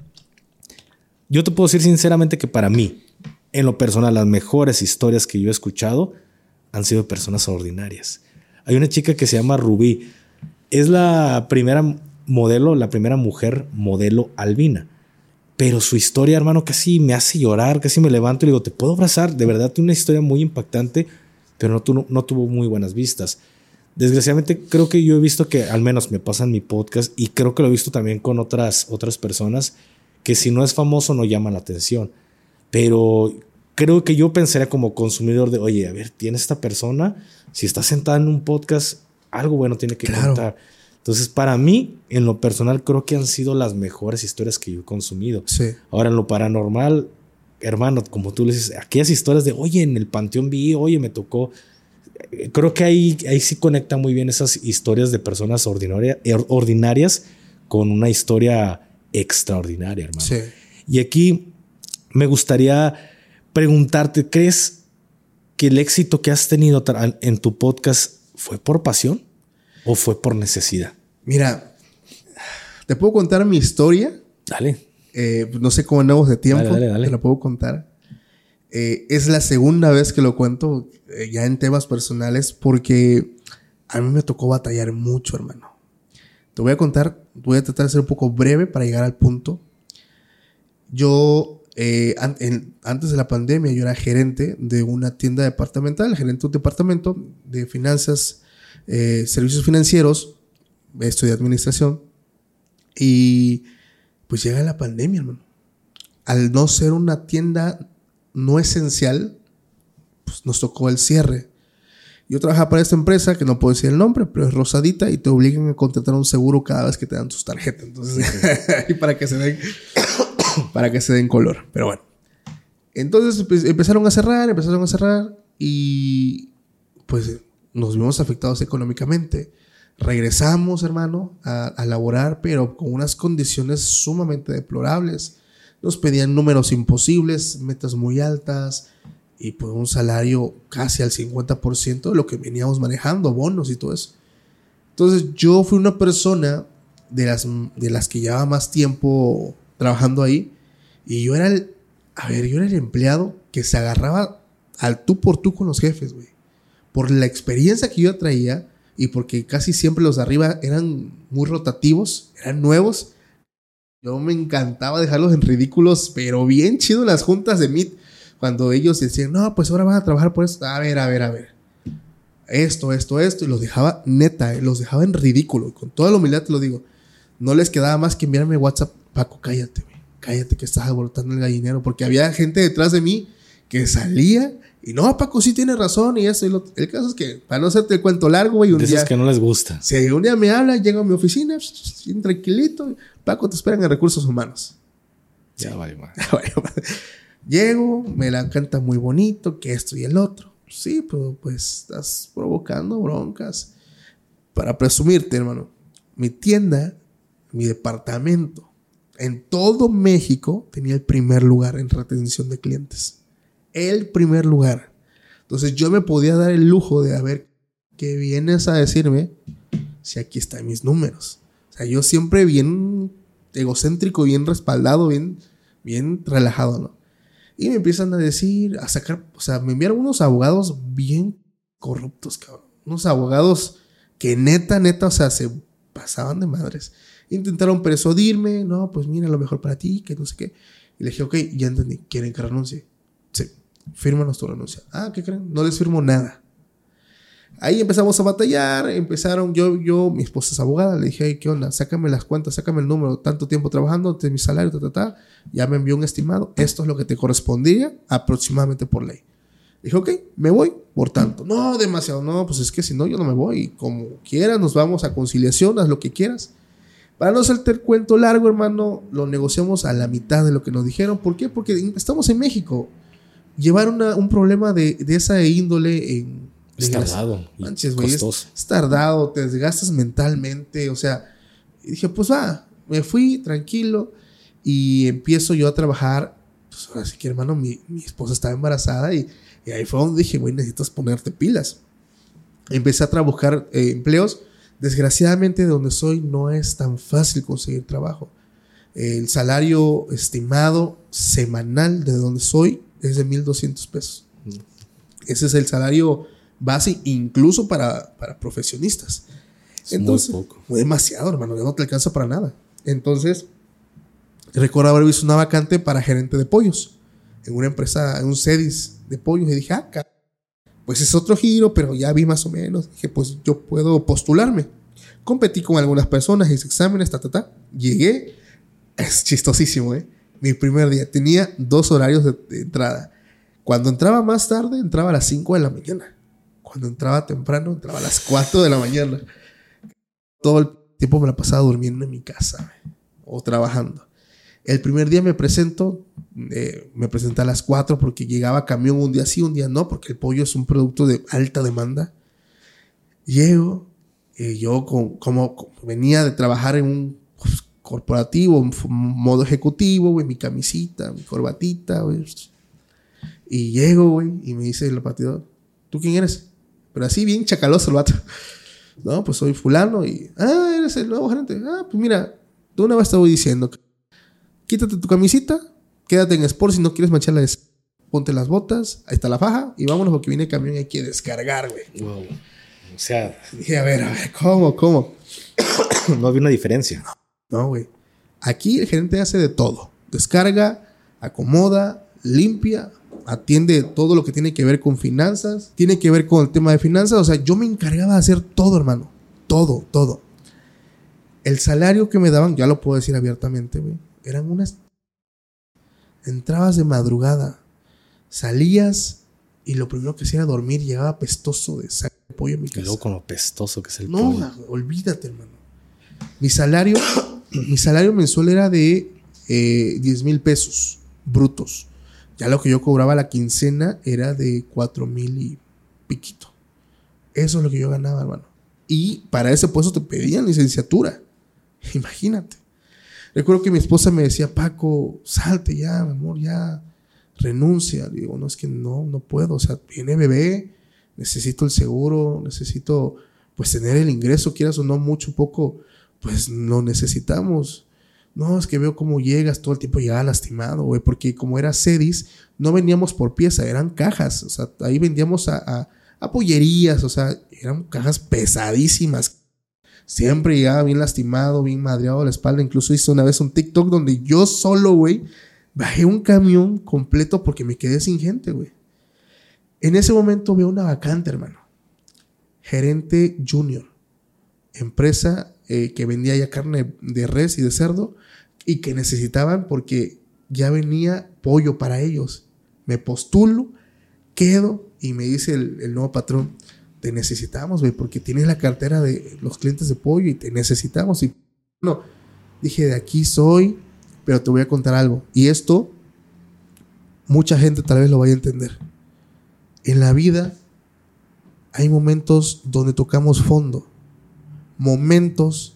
Yo te puedo decir sinceramente que para mí, en lo personal, las mejores historias que yo he escuchado han sido de personas ordinarias. Hay una chica que se llama Rubí. Es la primera modelo, la primera mujer modelo albina. Pero su historia, hermano, casi me hace llorar, casi me levanto y le digo, ¿te puedo abrazar? De verdad, tiene una historia muy impactante, pero no, no, no tuvo muy buenas vistas. Desgraciadamente, creo que yo he visto que, al menos me pasa en mi podcast, y creo que lo he visto también con otras, otras personas, que si no es famoso no llama la atención. Pero creo que yo pensaría como consumidor de, oye, a ver, tiene esta persona, si está sentada en un podcast, algo bueno tiene que claro. contar. Entonces, para mí, en lo personal, creo que han sido las mejores historias que yo he consumido. Sí. Ahora, en lo paranormal, hermano, como tú le dices, aquellas historias de, oye, en el panteón vi, oye, me tocó. Creo que ahí, ahí sí conecta muy bien esas historias de personas ordinaria, ordinarias con una historia extraordinaria, hermano. Sí. Y aquí me gustaría preguntarte, ¿crees que el éxito que has tenido en tu podcast fue por pasión o fue por necesidad? Mira, ¿te puedo contar mi historia? Dale. Eh, no sé cómo andamos de tiempo. Dale, dale, dale. Te la puedo contar. Eh, es la segunda vez que lo cuento eh, ya en temas personales porque a mí me tocó batallar mucho, hermano. Te voy a contar, voy a tratar de ser un poco breve para llegar al punto. Yo, eh, an- en, antes de la pandemia, yo era gerente de una tienda departamental, gerente de un departamento de finanzas, eh, servicios financieros, estudié administración, y pues llega la pandemia, hermano. Al no ser una tienda no esencial, pues nos tocó el cierre. Yo trabajaba para esta empresa, que no puedo decir el nombre, pero es rosadita y te obligan a contratar un seguro cada vez que te dan tus tarjetas. Entonces, y para que se den, para que se den color. Pero bueno. Entonces empezaron a cerrar, empezaron a cerrar y pues nos vimos afectados económicamente. Regresamos, hermano, a, a laborar, pero con unas condiciones sumamente deplorables. Nos pedían números imposibles, metas muy altas, y pues un salario casi al cincuenta por ciento de lo que veníamos manejando, bonos y todo eso. Entonces yo fui una persona de las, de las que llevaba más tiempo trabajando ahí, y yo era el, a ver, yo era el empleado que se agarraba al tú por tú con los jefes, güey. Por la experiencia que yo traía y porque casi siempre los de arriba eran muy rotativos, eran nuevos. Yo me encantaba dejarlos en ridículos, pero bien chido en las juntas de Meet. Cuando ellos decían, no, pues ahora van a trabajar por esto. A ver, a ver, a ver. Esto, esto, esto. Y los dejaba neta, eh, los dejaba en ridículo. Con toda la humildad te lo digo. no les quedaba más que enviarme WhatsApp. Paco, cállate, güey. Cállate que estás alborotando el gallinero. Porque había gente detrás de mí que salía y no, Paco, sí tiene razón y eso y lo. El caso es que, para no hacerte el cuento largo, güey, un de día... esos que no les gusta. Si un día me habla, llego a mi oficina, bien tranquilito. Paco, te esperan en recursos humanos. Ya vale, man. Llego, me la canta muy bonito, que esto y el otro. Sí, pero pues estás provocando broncas. Para presumirte, hermano, mi tienda, mi departamento, en todo México tenía el primer lugar en retención de clientes. El primer lugar. Entonces yo me podía dar el lujo de a ver qué vienes a decirme si aquí están mis números. O sea, yo siempre bien egocéntrico, bien respaldado, bien, bien relajado, ¿no? Y me empiezan a decir, a sacar, o sea, me enviaron unos abogados bien corruptos, cabrón. Unos abogados que neta, neta, o sea, se pasaban de madres. Intentaron persuadirme, no, pues mira, lo mejor para ti, que no sé qué. Y le dije, ok, ya entendí, ¿quieren que renuncie? Sí, fírmanos tu renuncia. Ah, ¿qué creen? No les firmo nada. Ahí empezamos a batallar, empezaron, yo, yo, mi esposa es abogada, le dije, hey, ¿qué onda? Sácame las cuentas, sácame el número, tanto tiempo trabajando, de mi salario, ta, ta, ta. Ya me envió un estimado, esto es lo que te correspondía aproximadamente por ley. Dije, ok, me voy, por tanto. No, demasiado, no, pues es que si no, yo no me voy. Como quieras, nos vamos a conciliación, haz lo que quieras. Para no hacerte el cuento largo, hermano, lo negociamos a la mitad de lo que nos dijeron. ¿Por qué? Porque estamos en México. Llevar una, un problema de, de esa índole en... Es tardado. Manches, güey. Es, es tardado, te desgastas mentalmente. O sea, y dije, pues va, me fui tranquilo y empiezo yo a trabajar. Pues ahora sí que, hermano, mi, mi esposa estaba embarazada y, y ahí fue donde dije, güey, necesitas ponerte pilas. Empecé a trabajar eh, empleos. Desgraciadamente, de donde soy, no es tan fácil conseguir trabajo. El salario estimado semanal de donde soy es de mil doscientos pesos. Mm. Ese es el salario base, incluso para, para profesionistas. Es Entonces, muy poco. Demasiado, hermano, ya no te alcanza para nada. Entonces, recuerdo haber visto una vacante para gerente de pollos en una empresa, en un Cedis de pollos, y dije, ah, car- pues es otro giro, pero ya vi más o menos. Dije, pues yo puedo postularme. Competí con algunas personas, hice exámenes, ta, ta, ta. Llegué, es chistosísimo, ¿eh? Mi primer día tenía dos horarios de, de entrada. Cuando entraba más tarde, entraba a las cinco de la mañana. Cuando entraba temprano, entraba a las cuatro de la mañana. Todo el tiempo me la pasaba durmiendo en mi casa, ¿eh? O trabajando. El primer día me presento, eh, me presenté a las cuatro porque llegaba camión un día sí, un día no, porque el pollo es un producto de alta demanda. Llego, eh, yo con, como, como venía de trabajar en un pues, corporativo, en modo ejecutivo, güey, mi camisita, mi corbatita, güey. Y llego, güey, y me dice el repartidor, ¿tú quién eres? Pero así bien chacaloso el vato. No, pues soy fulano y... Ah, eres el nuevo gerente. Ah, pues mira, tú una vez te voy diciendo... Quítate tu camisita, quédate en Sport si no quieres mancharla de... Ponte las botas, ahí está la faja y vámonos porque viene el camión y hay que descargar, güey. Wow. O sea... Dije, a ver, a ver, ¿cómo, cómo? No había una diferencia. No, güey. Aquí el gerente hace de todo. Descarga, acomoda, limpia, atiende todo lo que tiene que ver con finanzas, tiene que ver con el tema de finanzas. O sea, yo me encargaba de hacer todo, hermano. Todo, todo. El salario que me daban, ya lo puedo decir abiertamente, güey. Eran unas... Entrabas de madrugada, salías y lo primero que hacía era dormir. Llegaba pestoso de sangre de pollo en mi casa. Y luego con lo pestoso que es el no, pollo. No, olvídate, hermano. Mi salario, mi salario mensual era de eh, diez mil pesos brutos. Ya lo que yo cobraba la quincena era de cuatro mil y piquito. Eso es lo que yo ganaba, hermano. Y para ese puesto te pedían licenciatura. Imagínate. Recuerdo que mi esposa me decía, Paco, salte ya, mi amor, ya, renuncia. Le digo, no, es que no, no puedo. O sea, viene bebé, necesito el seguro, necesito, pues, tener el ingreso, quieras o no, mucho, poco, pues, lo necesitamos. No, es que veo cómo llegas, todo el tiempo llegaba lastimado, güey, porque como era Cedis, no vendíamos por pieza, eran cajas. O sea, ahí vendíamos a, a, a pollerías, o sea, eran cajas pesadísimas. Siempre llegaba bien lastimado, bien madreado a la espalda. Incluso hice una vez un TikTok donde yo solo, güey, bajé un camión completo porque me quedé sin gente, güey. En ese momento veo una vacante, hermano. Gerente junior. Empresa eh, que vendía ya carne de res y de cerdo y que necesitaban porque ya venía pollo para ellos. Me postulo, quedo y me dice el, el nuevo patrón, te necesitamos, güey, porque tienes la cartera de los clientes de pollo y te necesitamos. Y no, dije, de aquí soy, pero te voy a contar algo. Y esto, mucha gente tal vez lo vaya a entender. En la vida hay momentos donde tocamos fondo. Momentos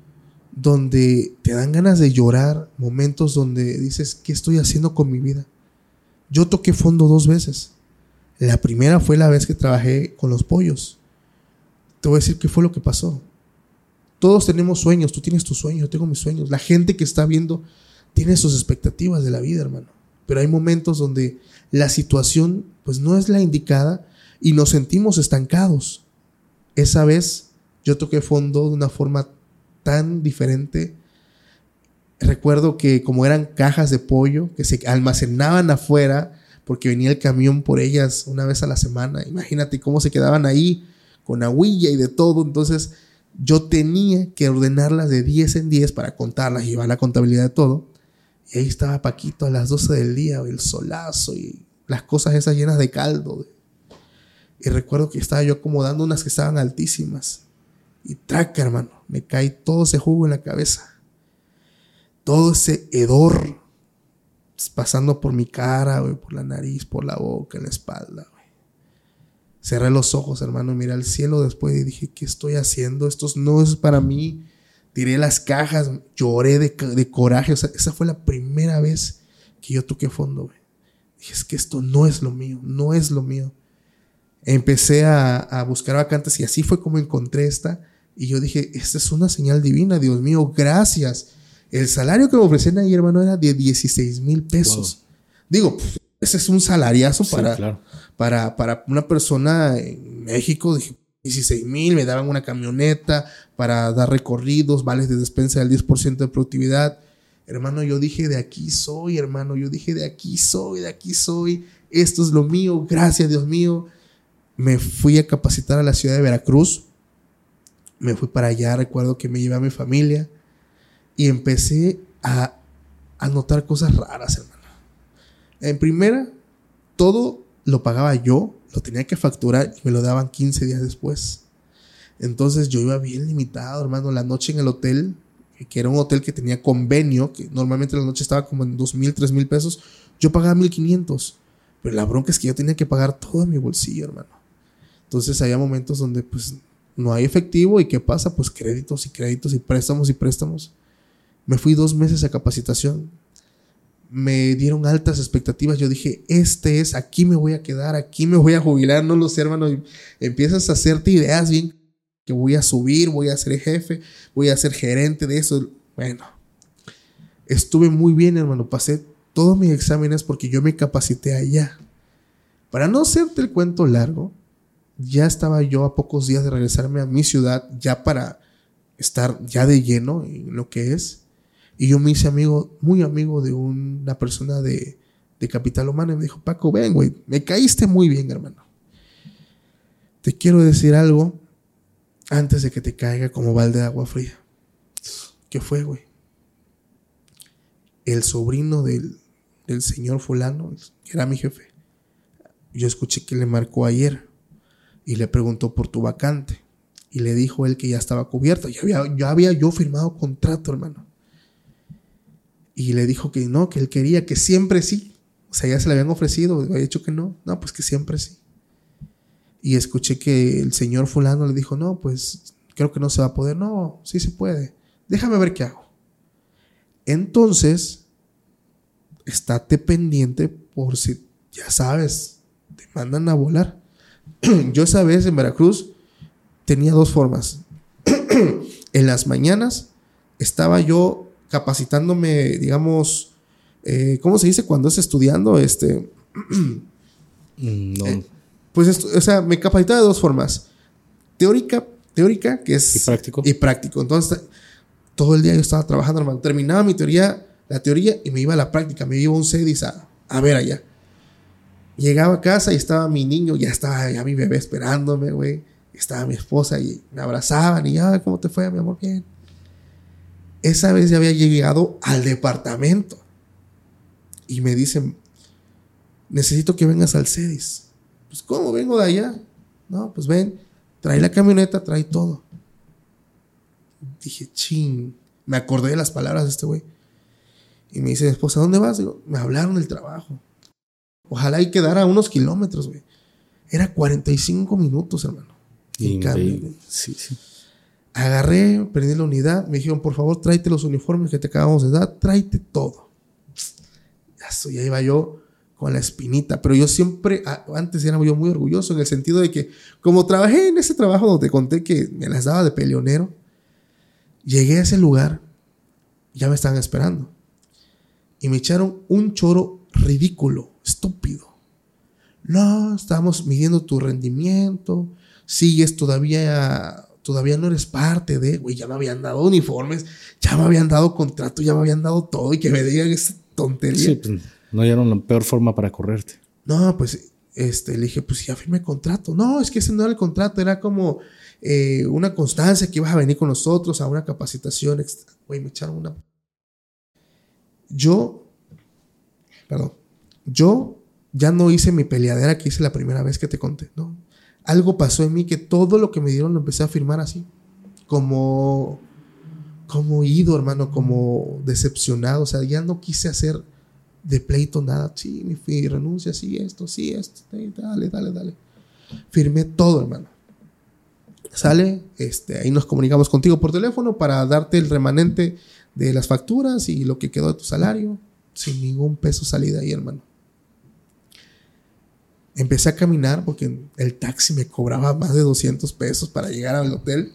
donde te dan ganas de llorar. Momentos donde dices, ¿qué estoy haciendo con mi vida? Yo toqué fondo dos veces. La primera fue la vez que trabajé con los pollos. Te voy a decir qué fue lo que pasó. Todos tenemos sueños. Tú tienes tus sueños, yo tengo mis sueños. La gente que está viendo tiene sus expectativas de la vida, hermano. Pero hay momentos donde la situación pues no es la indicada y nos sentimos estancados. Esa vez yo toqué fondo de una forma tan diferente. Recuerdo que como eran cajas de pollo que se almacenaban afuera porque venía el camión por ellas una vez a la semana. Imagínate cómo se quedaban ahí con agüilla y de todo. Entonces yo tenía que ordenarlas de diez en diez para contarlas y llevar la contabilidad de todo. Y ahí estaba Paquito a las doce del día, el solazo y las cosas esas llenas de caldo. Y recuerdo que estaba yo acomodando unas que estaban altísimas. Y traca, hermano, me cae todo ese jugo en la cabeza. Todo ese hedor pasando por mi cara, wey, por la nariz, por la boca, en la espalda. Wey. Cerré los ojos, hermano, y miré al cielo después y dije, ¿qué estoy haciendo? Esto no es para mí. Tiré las cajas, lloré de, de coraje. O sea, esa fue la primera vez que yo toqué fondo. Wey. Dije, es que esto no es lo mío, no es lo mío. Empecé a, a buscar vacantes y así fue como encontré esta. Y yo dije, esta es una señal divina, Dios mío, gracias. El salario que me ofrecían ahí, hermano, era de dieciséis mil pesos. Wow. Digo, pff, ese es un salariazo sí, para, claro. para, para una persona en México. Dije, dieciséis mil, me daban una camioneta para dar recorridos, vales de despensa del diez por ciento de productividad. Hermano, yo dije, de aquí soy, hermano. Yo dije, de aquí soy, de aquí soy. Esto es lo mío, gracias, Dios mío. Me fui a capacitar a la ciudad de Veracruz. Me fui para allá, recuerdo que me llevé a mi familia. Y empecé a, a notar cosas raras, hermano. En primera, todo lo pagaba yo, lo tenía que facturar y me lo daban quince días después. Entonces yo iba bien limitado, hermano. La noche en el hotel, que era un hotel que tenía convenio, que normalmente la noche estaba como en dos mil, tres mil pesos, yo pagaba mil quinientos. Pero la bronca es que yo tenía que pagar todo en mi bolsillo, hermano. Entonces había momentos donde pues no hay efectivo y ¿qué pasa? Pues créditos y créditos y préstamos y préstamos. Me fui dos meses a capacitación. Me dieron altas expectativas. Yo dije, este es, aquí me voy a quedar, aquí me voy a jubilar. No lo sé, hermano. Y empiezas a hacerte ideas bien, que voy a subir, voy a ser jefe, voy a ser gerente de eso. Bueno, estuve muy bien, hermano. Pasé todos mis exámenes porque yo me capacité allá. Para no hacerte el cuento largo, ya estaba yo a pocos días de regresarme a mi ciudad, ya para estar ya de lleno en lo que es. Y yo me hice amigo, muy amigo de una persona de, de Capital Humano. Y me dijo, Paco, ven, güey, me caíste muy bien, hermano. Te quiero decir algo antes de que te caiga como balde de agua fría. ¿Qué fue, güey? El sobrino del, del señor fulano, que era mi jefe, yo escuché que le marcó ayer y le preguntó por tu vacante. Y le dijo él que ya estaba cubierto. Ya había, ya había yo firmado contrato, hermano. Y le dijo que no, que él quería, que siempre sí. O sea, ya se le habían ofrecido, había dicho que no. No, pues que siempre sí. Y escuché que el señor fulano le dijo, no, pues creo que no se va a poder. No, sí se puede. Déjame ver qué hago. Entonces, estate pendiente por si, ya sabes, te mandan a volar. Yo esa vez en Veracruz tenía dos formas. En las mañanas estaba yo capacitándome, digamos, eh, ¿cómo se dice cuando es estudiando? Este, no. Eh, pues, esto, o sea, me capacitaba de dos formas. Teórica, teórica, que es... Y práctico. Y práctico. Entonces, todo el día yo estaba trabajando, hermano. Terminaba mi teoría, la teoría, y me iba a la práctica. Me iba a un CEDIS a, a ver allá. Llegaba a casa y estaba mi niño, ya estaba ya mi bebé esperándome, güey. Estaba mi esposa y me abrazaban y ya, ¿cómo te fue, mi amor? Bien. Esa vez ya había llegado al departamento. Y me dicen, necesito que vengas al CEDIS. Pues, ¿cómo vengo de allá? No, pues ven, trae la camioneta, trae todo. Dije, ching. Me acordé de las palabras de este güey. Y me dice mi esposa, ¿dónde vas? Digo, me hablaron del trabajo. Ojalá y quedara a unos kilómetros, güey. Era cuarenta y cinco minutos, hermano. Y cambio, sí, sí. Agarré, prendí la unidad. Me dijeron, por favor, tráete los uniformes que te acabamos de dar. Tráete todo. Ya, ya iba yo con la espinita. Pero yo siempre, antes era yo muy orgulloso en el sentido de que, como trabajé en ese trabajo donde te conté que me las daba de peleonero, llegué a ese lugar. Ya me estaban esperando. Y me echaron un choro ridículo, estúpido. No, estamos midiendo tu rendimiento. Sigues todavía, todavía no eres parte de, güey, ya me habían dado uniformes, ya me habían dado contrato, ya me habían dado todo y que me digan esa tontería. Sí, pues no hallaron la peor forma para correrte. No, pues, este, le dije, pues ya firmé contrato. No, es que ese no era el contrato, era como eh, una constancia que ibas a venir con nosotros a una capacitación extra. Güey, me echaron una... Yo, perdón, yo ya no hice mi peleadera que hice la primera vez que te conté, ¿no? Algo pasó en mí que todo lo que me dieron lo empecé a firmar así, como, como ido, hermano, como decepcionado. O sea, ya no quise hacer de pleito nada. Sí, mi, mi renuncia, sí, esto, sí, esto, dale, dale, dale. Firmé todo, hermano. Sale, este, ahí nos comunicamos contigo por teléfono para darte el remanente de las facturas y lo que quedó de tu salario. Sin ningún peso salí de ahí, hermano. Empecé a caminar porque el taxi me cobraba más de doscientos pesos para llegar al hotel.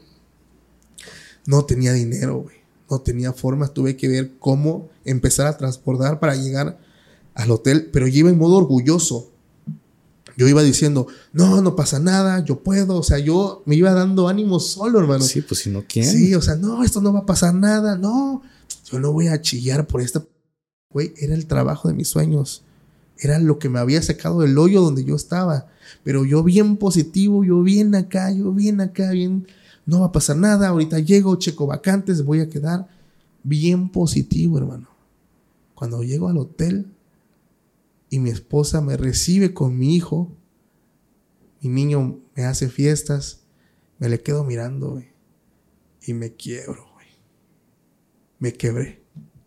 No tenía dinero, güey. No tenía forma. Tuve que ver cómo empezar a transbordar para llegar al hotel. Pero yo iba en modo orgulloso. Yo iba diciendo, no, no pasa nada, yo puedo. O sea, yo me iba dando ánimo solo, hermano. Sí, pues si no, ¿quién? Sí, o sea, no, esto no va a pasar nada. No, yo no voy a chillar por esta... Güey, era el trabajo de mis sueños. Era lo que me había sacado del hoyo donde yo estaba. Pero yo bien positivo, yo bien acá, yo bien acá, bien... No va a pasar nada, ahorita llego, checo vacantes, voy a quedar bien positivo, hermano. Cuando llego al hotel y mi esposa me recibe con mi hijo, mi niño me hace fiestas, me le quedo mirando, güey, y me quiebro, güey. Me quebré.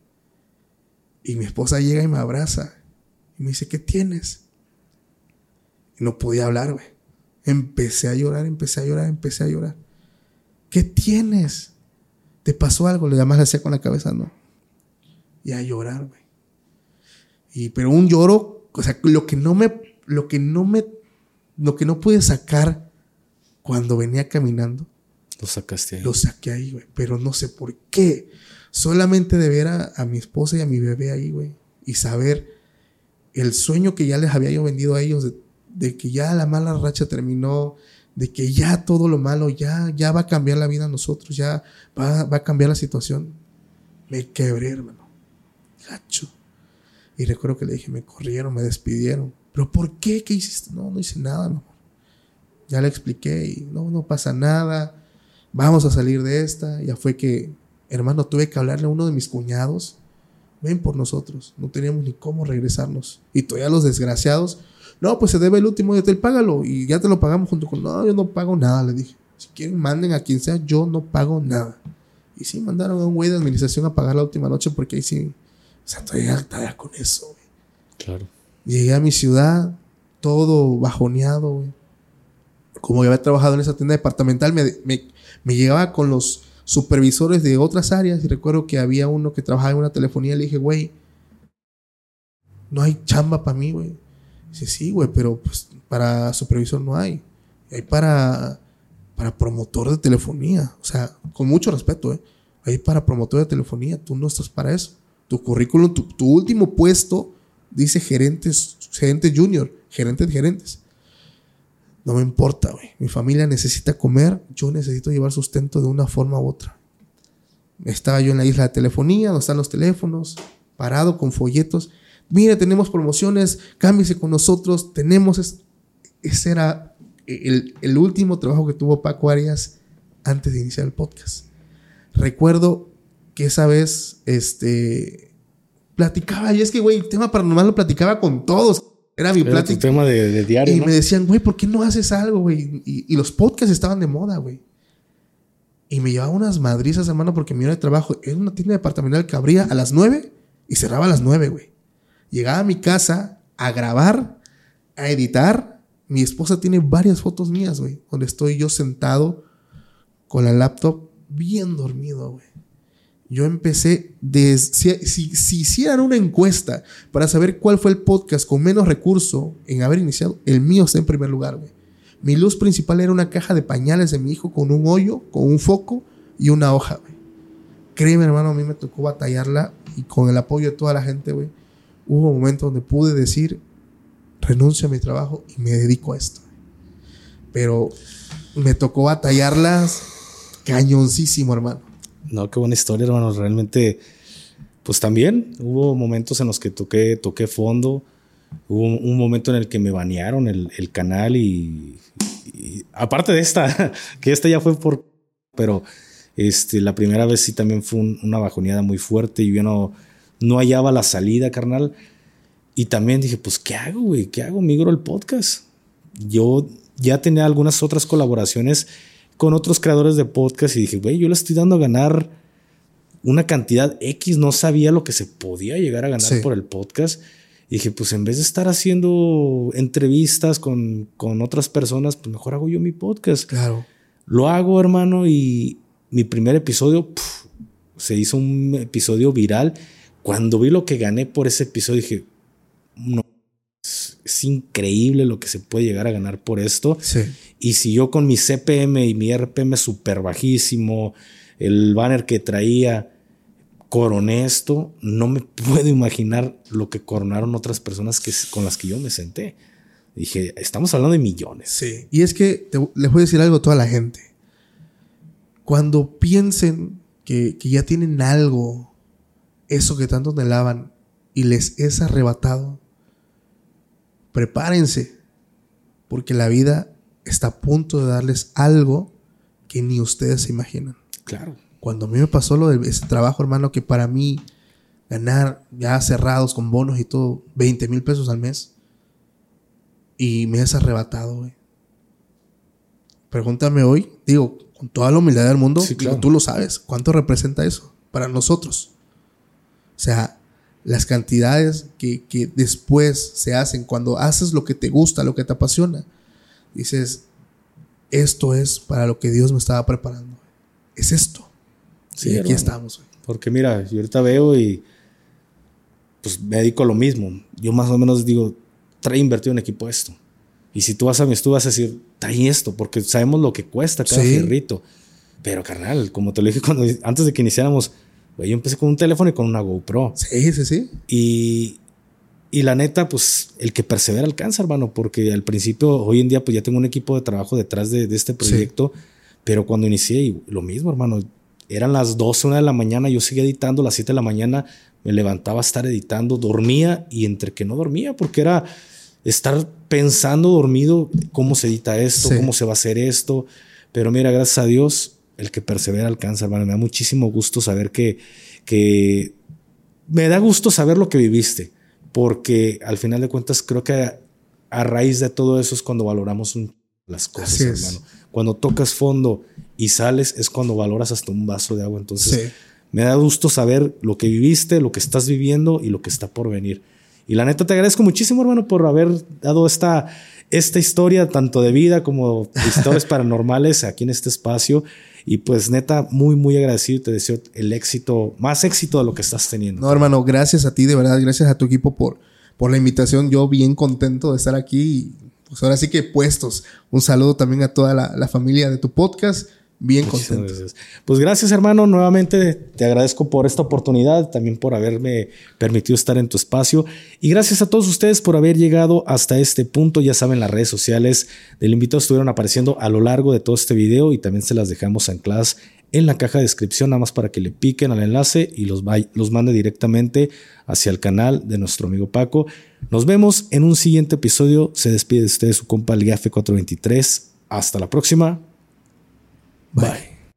Y mi esposa llega y me abraza y me dice, ¿qué tienes? Y no podía hablar, güey. Empecé a llorar, empecé a llorar, empecé a llorar. ¿Qué tienes? ¿Te pasó algo? Le llamas, le hacía con la cabeza, no. Y a llorar, güey. Y, pero un lloro, o sea, lo que no me, lo que no me, lo que no pude sacar cuando venía caminando. Lo sacaste ahí. Lo saqué ahí, güey. Pero no sé por qué. Solamente de ver a, a mi esposa y a mi bebé ahí, güey. Y saber el sueño que ya les había yo vendido a ellos de, de que ya la mala racha terminó, de que ya todo lo malo, ya, ya va a cambiar la vida a nosotros, ya va, va a cambiar la situación. Me quebré, hermano. Gacho. Y recuerdo que le dije, me corrieron, me despidieron. ¿Pero por qué? ¿Qué hiciste? No, no hice nada, mi amor. Ya le expliqué y no, no pasa nada. Vamos a salir de esta. Ya fue que, hermano, tuve que hablarle a uno de mis cuñados. Ven por nosotros. No teníamos ni cómo regresarnos. Y todavía los desgraciados. No, pues se debe el último de hotel, págalo. Y ya te lo pagamos junto con... No, yo no pago nada, le dije. Si quieren, manden a quien sea, yo no pago nada. Y sí, mandaron a un güey de administración a pagar la última noche porque ahí sí... O sea, todavía, todavía con eso, güey. Claro. Llegué a mi ciudad, todo bajoneado, güey. Como yo había trabajado en esa tienda departamental, me, me, me llegaba con los supervisores de otras áreas. Y recuerdo que había uno que trabajaba en una telefonía. Le dije, güey, no hay chamba para mí, güey. Dice, sí, güey, pero pues para supervisor no hay. Hay para, para promotor de telefonía. O sea, con mucho respeto, ¿eh? Hay para promotor de telefonía. Tú no estás para eso. Tu currículum, tu, tu último puesto dice gerentes, gerente junior, gerente de gerentes. No me importa, güey. Mi familia necesita comer. Yo necesito llevar sustento de una forma u otra. Estaba yo en la isla de telefonía, donde están los teléfonos, parado con folletos. Mire, tenemos promociones, cámbiese con nosotros. Tenemos... Es, ese era el, el último trabajo que tuvo Paco Arias antes de iniciar el podcast. Recuerdo que esa vez, este, platicaba. Y es que, güey, el tema paranormal lo platicaba con todos. Era mi plática. Era tu tema de, de diario, Y ¿no? me decían, güey, ¿por qué no haces algo, güey? Y, y los podcasts estaban de moda, güey. Y me llevaba unas madrizas, hermano, porque mi hora de trabajo era una tienda departamental que abría a las nueve y cerraba a las nueve, güey. Llegaba a mi casa a grabar, a editar. Mi esposa tiene varias fotos mías, güey, donde estoy yo sentado con la laptop bien dormido, güey. Yo empecé, des, si, si, si hicieran una encuesta para saber cuál fue el podcast con menos recurso en haber iniciado, el mío está en primer lugar, güey. Mi luz principal era una caja de pañales de mi hijo con un hoyo, con un foco y una hoja, güey. Créeme, hermano, a mí me tocó batallarla y con el apoyo de toda la gente, güey, hubo momentos donde pude decir, renuncio a mi trabajo y me dedico a esto. Pero me tocó batallarlas cañoncísimo, hermano. No, qué buena historia, hermano. Realmente, pues también hubo momentos en los que toqué, toqué fondo. Hubo un momento en el que me banearon el, el canal y, y aparte de esta, que esta ya fue por... Pero este, la primera vez sí también fue un, una bajoneada muy fuerte y yo no, no hallaba la salida, carnal. Y también dije, pues, ¿qué hago, güey? ¿Qué hago? Migro el podcast. Yo ya tenía algunas otras colaboraciones con otros creadores de podcast y dije, güey, yo le estoy dando a ganar una cantidad X. No sabía lo que se podía llegar a ganar sí. por el podcast. Y dije, pues en vez de estar haciendo entrevistas con, con otras personas, pues mejor hago yo mi podcast. Claro. Lo hago, hermano, y mi primer episodio puf, se hizo un episodio viral. Cuando vi lo que gané por ese episodio, dije, no, es, es increíble lo que se puede llegar a ganar por esto. Sí. Y si yo con mi C P M y mi R P M súper bajísimo, el banner que traía, coroné esto, no me puedo imaginar lo que coronaron otras personas que, con las que yo me senté. Dije, estamos hablando de millones. Sí. Y es que te, les voy a decir algo a toda la gente. Cuando piensen que, que ya tienen algo, eso que tanto anhelaban, y les es arrebatado, prepárense, porque la vida está a punto de darles algo que ni ustedes se imaginan. Claro. Cuando a mí me pasó lo de ese trabajo, hermano, que para mí ganar ya cerrados con bonos y todo, veinte mil pesos al mes, y me es arrebatado, güey. Pregúntame hoy, digo, con toda la humildad del mundo, sí, digo, claro. tú lo sabes, ¿cuánto representa eso para nosotros? O sea, las cantidades que, que después se hacen cuando haces lo que te gusta, lo que te apasiona, dices, esto es para lo que Dios me estaba preparando. Es esto. Sí, y aquí hermano. estamos. Güey. Porque mira, yo ahorita veo y pues me dedico a lo mismo. Yo más o menos digo, trae invertido en equipo esto. Y si tú vas a mí, tú vas a decir, trae esto, porque sabemos lo que cuesta cada sí. fierrito. Pero carnal, como te lo dije cuando, antes de que iniciáramos, güey, yo empecé con un teléfono y con una GoPro. Sí, sí, sí. Y, y la neta, pues el que persevera alcanza, hermano, porque al principio, hoy en día, pues ya tengo un equipo de trabajo detrás de, de este proyecto. Sí. Pero cuando inicié, lo mismo, hermano, eran las doce, una de la mañana, yo seguía editando, a las siete de la mañana me levantaba a estar editando, dormía y entre que no dormía, porque era estar pensando dormido cómo se edita esto, sí. cómo se va a hacer esto. Pero mira, gracias a Dios, el que persevera alcanza, hermano. Me da muchísimo gusto saber que, que me da gusto saber lo que viviste, porque al final de cuentas creo que a, a raíz de todo eso es cuando valoramos un, las cosas, Así hermano. Es. Cuando tocas fondo y sales es cuando valoras hasta un vaso de agua. Entonces sí. me da gusto saber lo que viviste, lo que estás viviendo y lo que está por venir. Y la neta te agradezco muchísimo, hermano, por haber dado esta, esta historia tanto de vida como de historias paranormales aquí en este espacio. Y pues neta, muy, muy agradecido y te deseo el éxito, más éxito de lo que estás teniendo. No, hermano, gracias a ti, de verdad, gracias a tu equipo por, por la invitación. Yo bien contento de estar aquí y pues ahora sí que puestos. Un saludo también a toda la, la familia de tu podcast. Bien Muchísimas contento. Gracias. Pues gracias, hermano. Nuevamente te agradezco por esta oportunidad, también por haberme permitido estar en tu espacio. Y gracias a todos ustedes por haber llegado hasta este punto. Ya saben, las redes sociales del invitado estuvieron apareciendo a lo largo de todo este video y también se las dejamos ancladas en la caja de descripción, nada más para que le piquen al enlace y los, los mande directamente hacia el canal de nuestro amigo Paco. Nos vemos en un siguiente episodio. Se despide de ustedes su compa el Gafe cuatrocientos veintitrés. Hasta la próxima. Bye. Bye.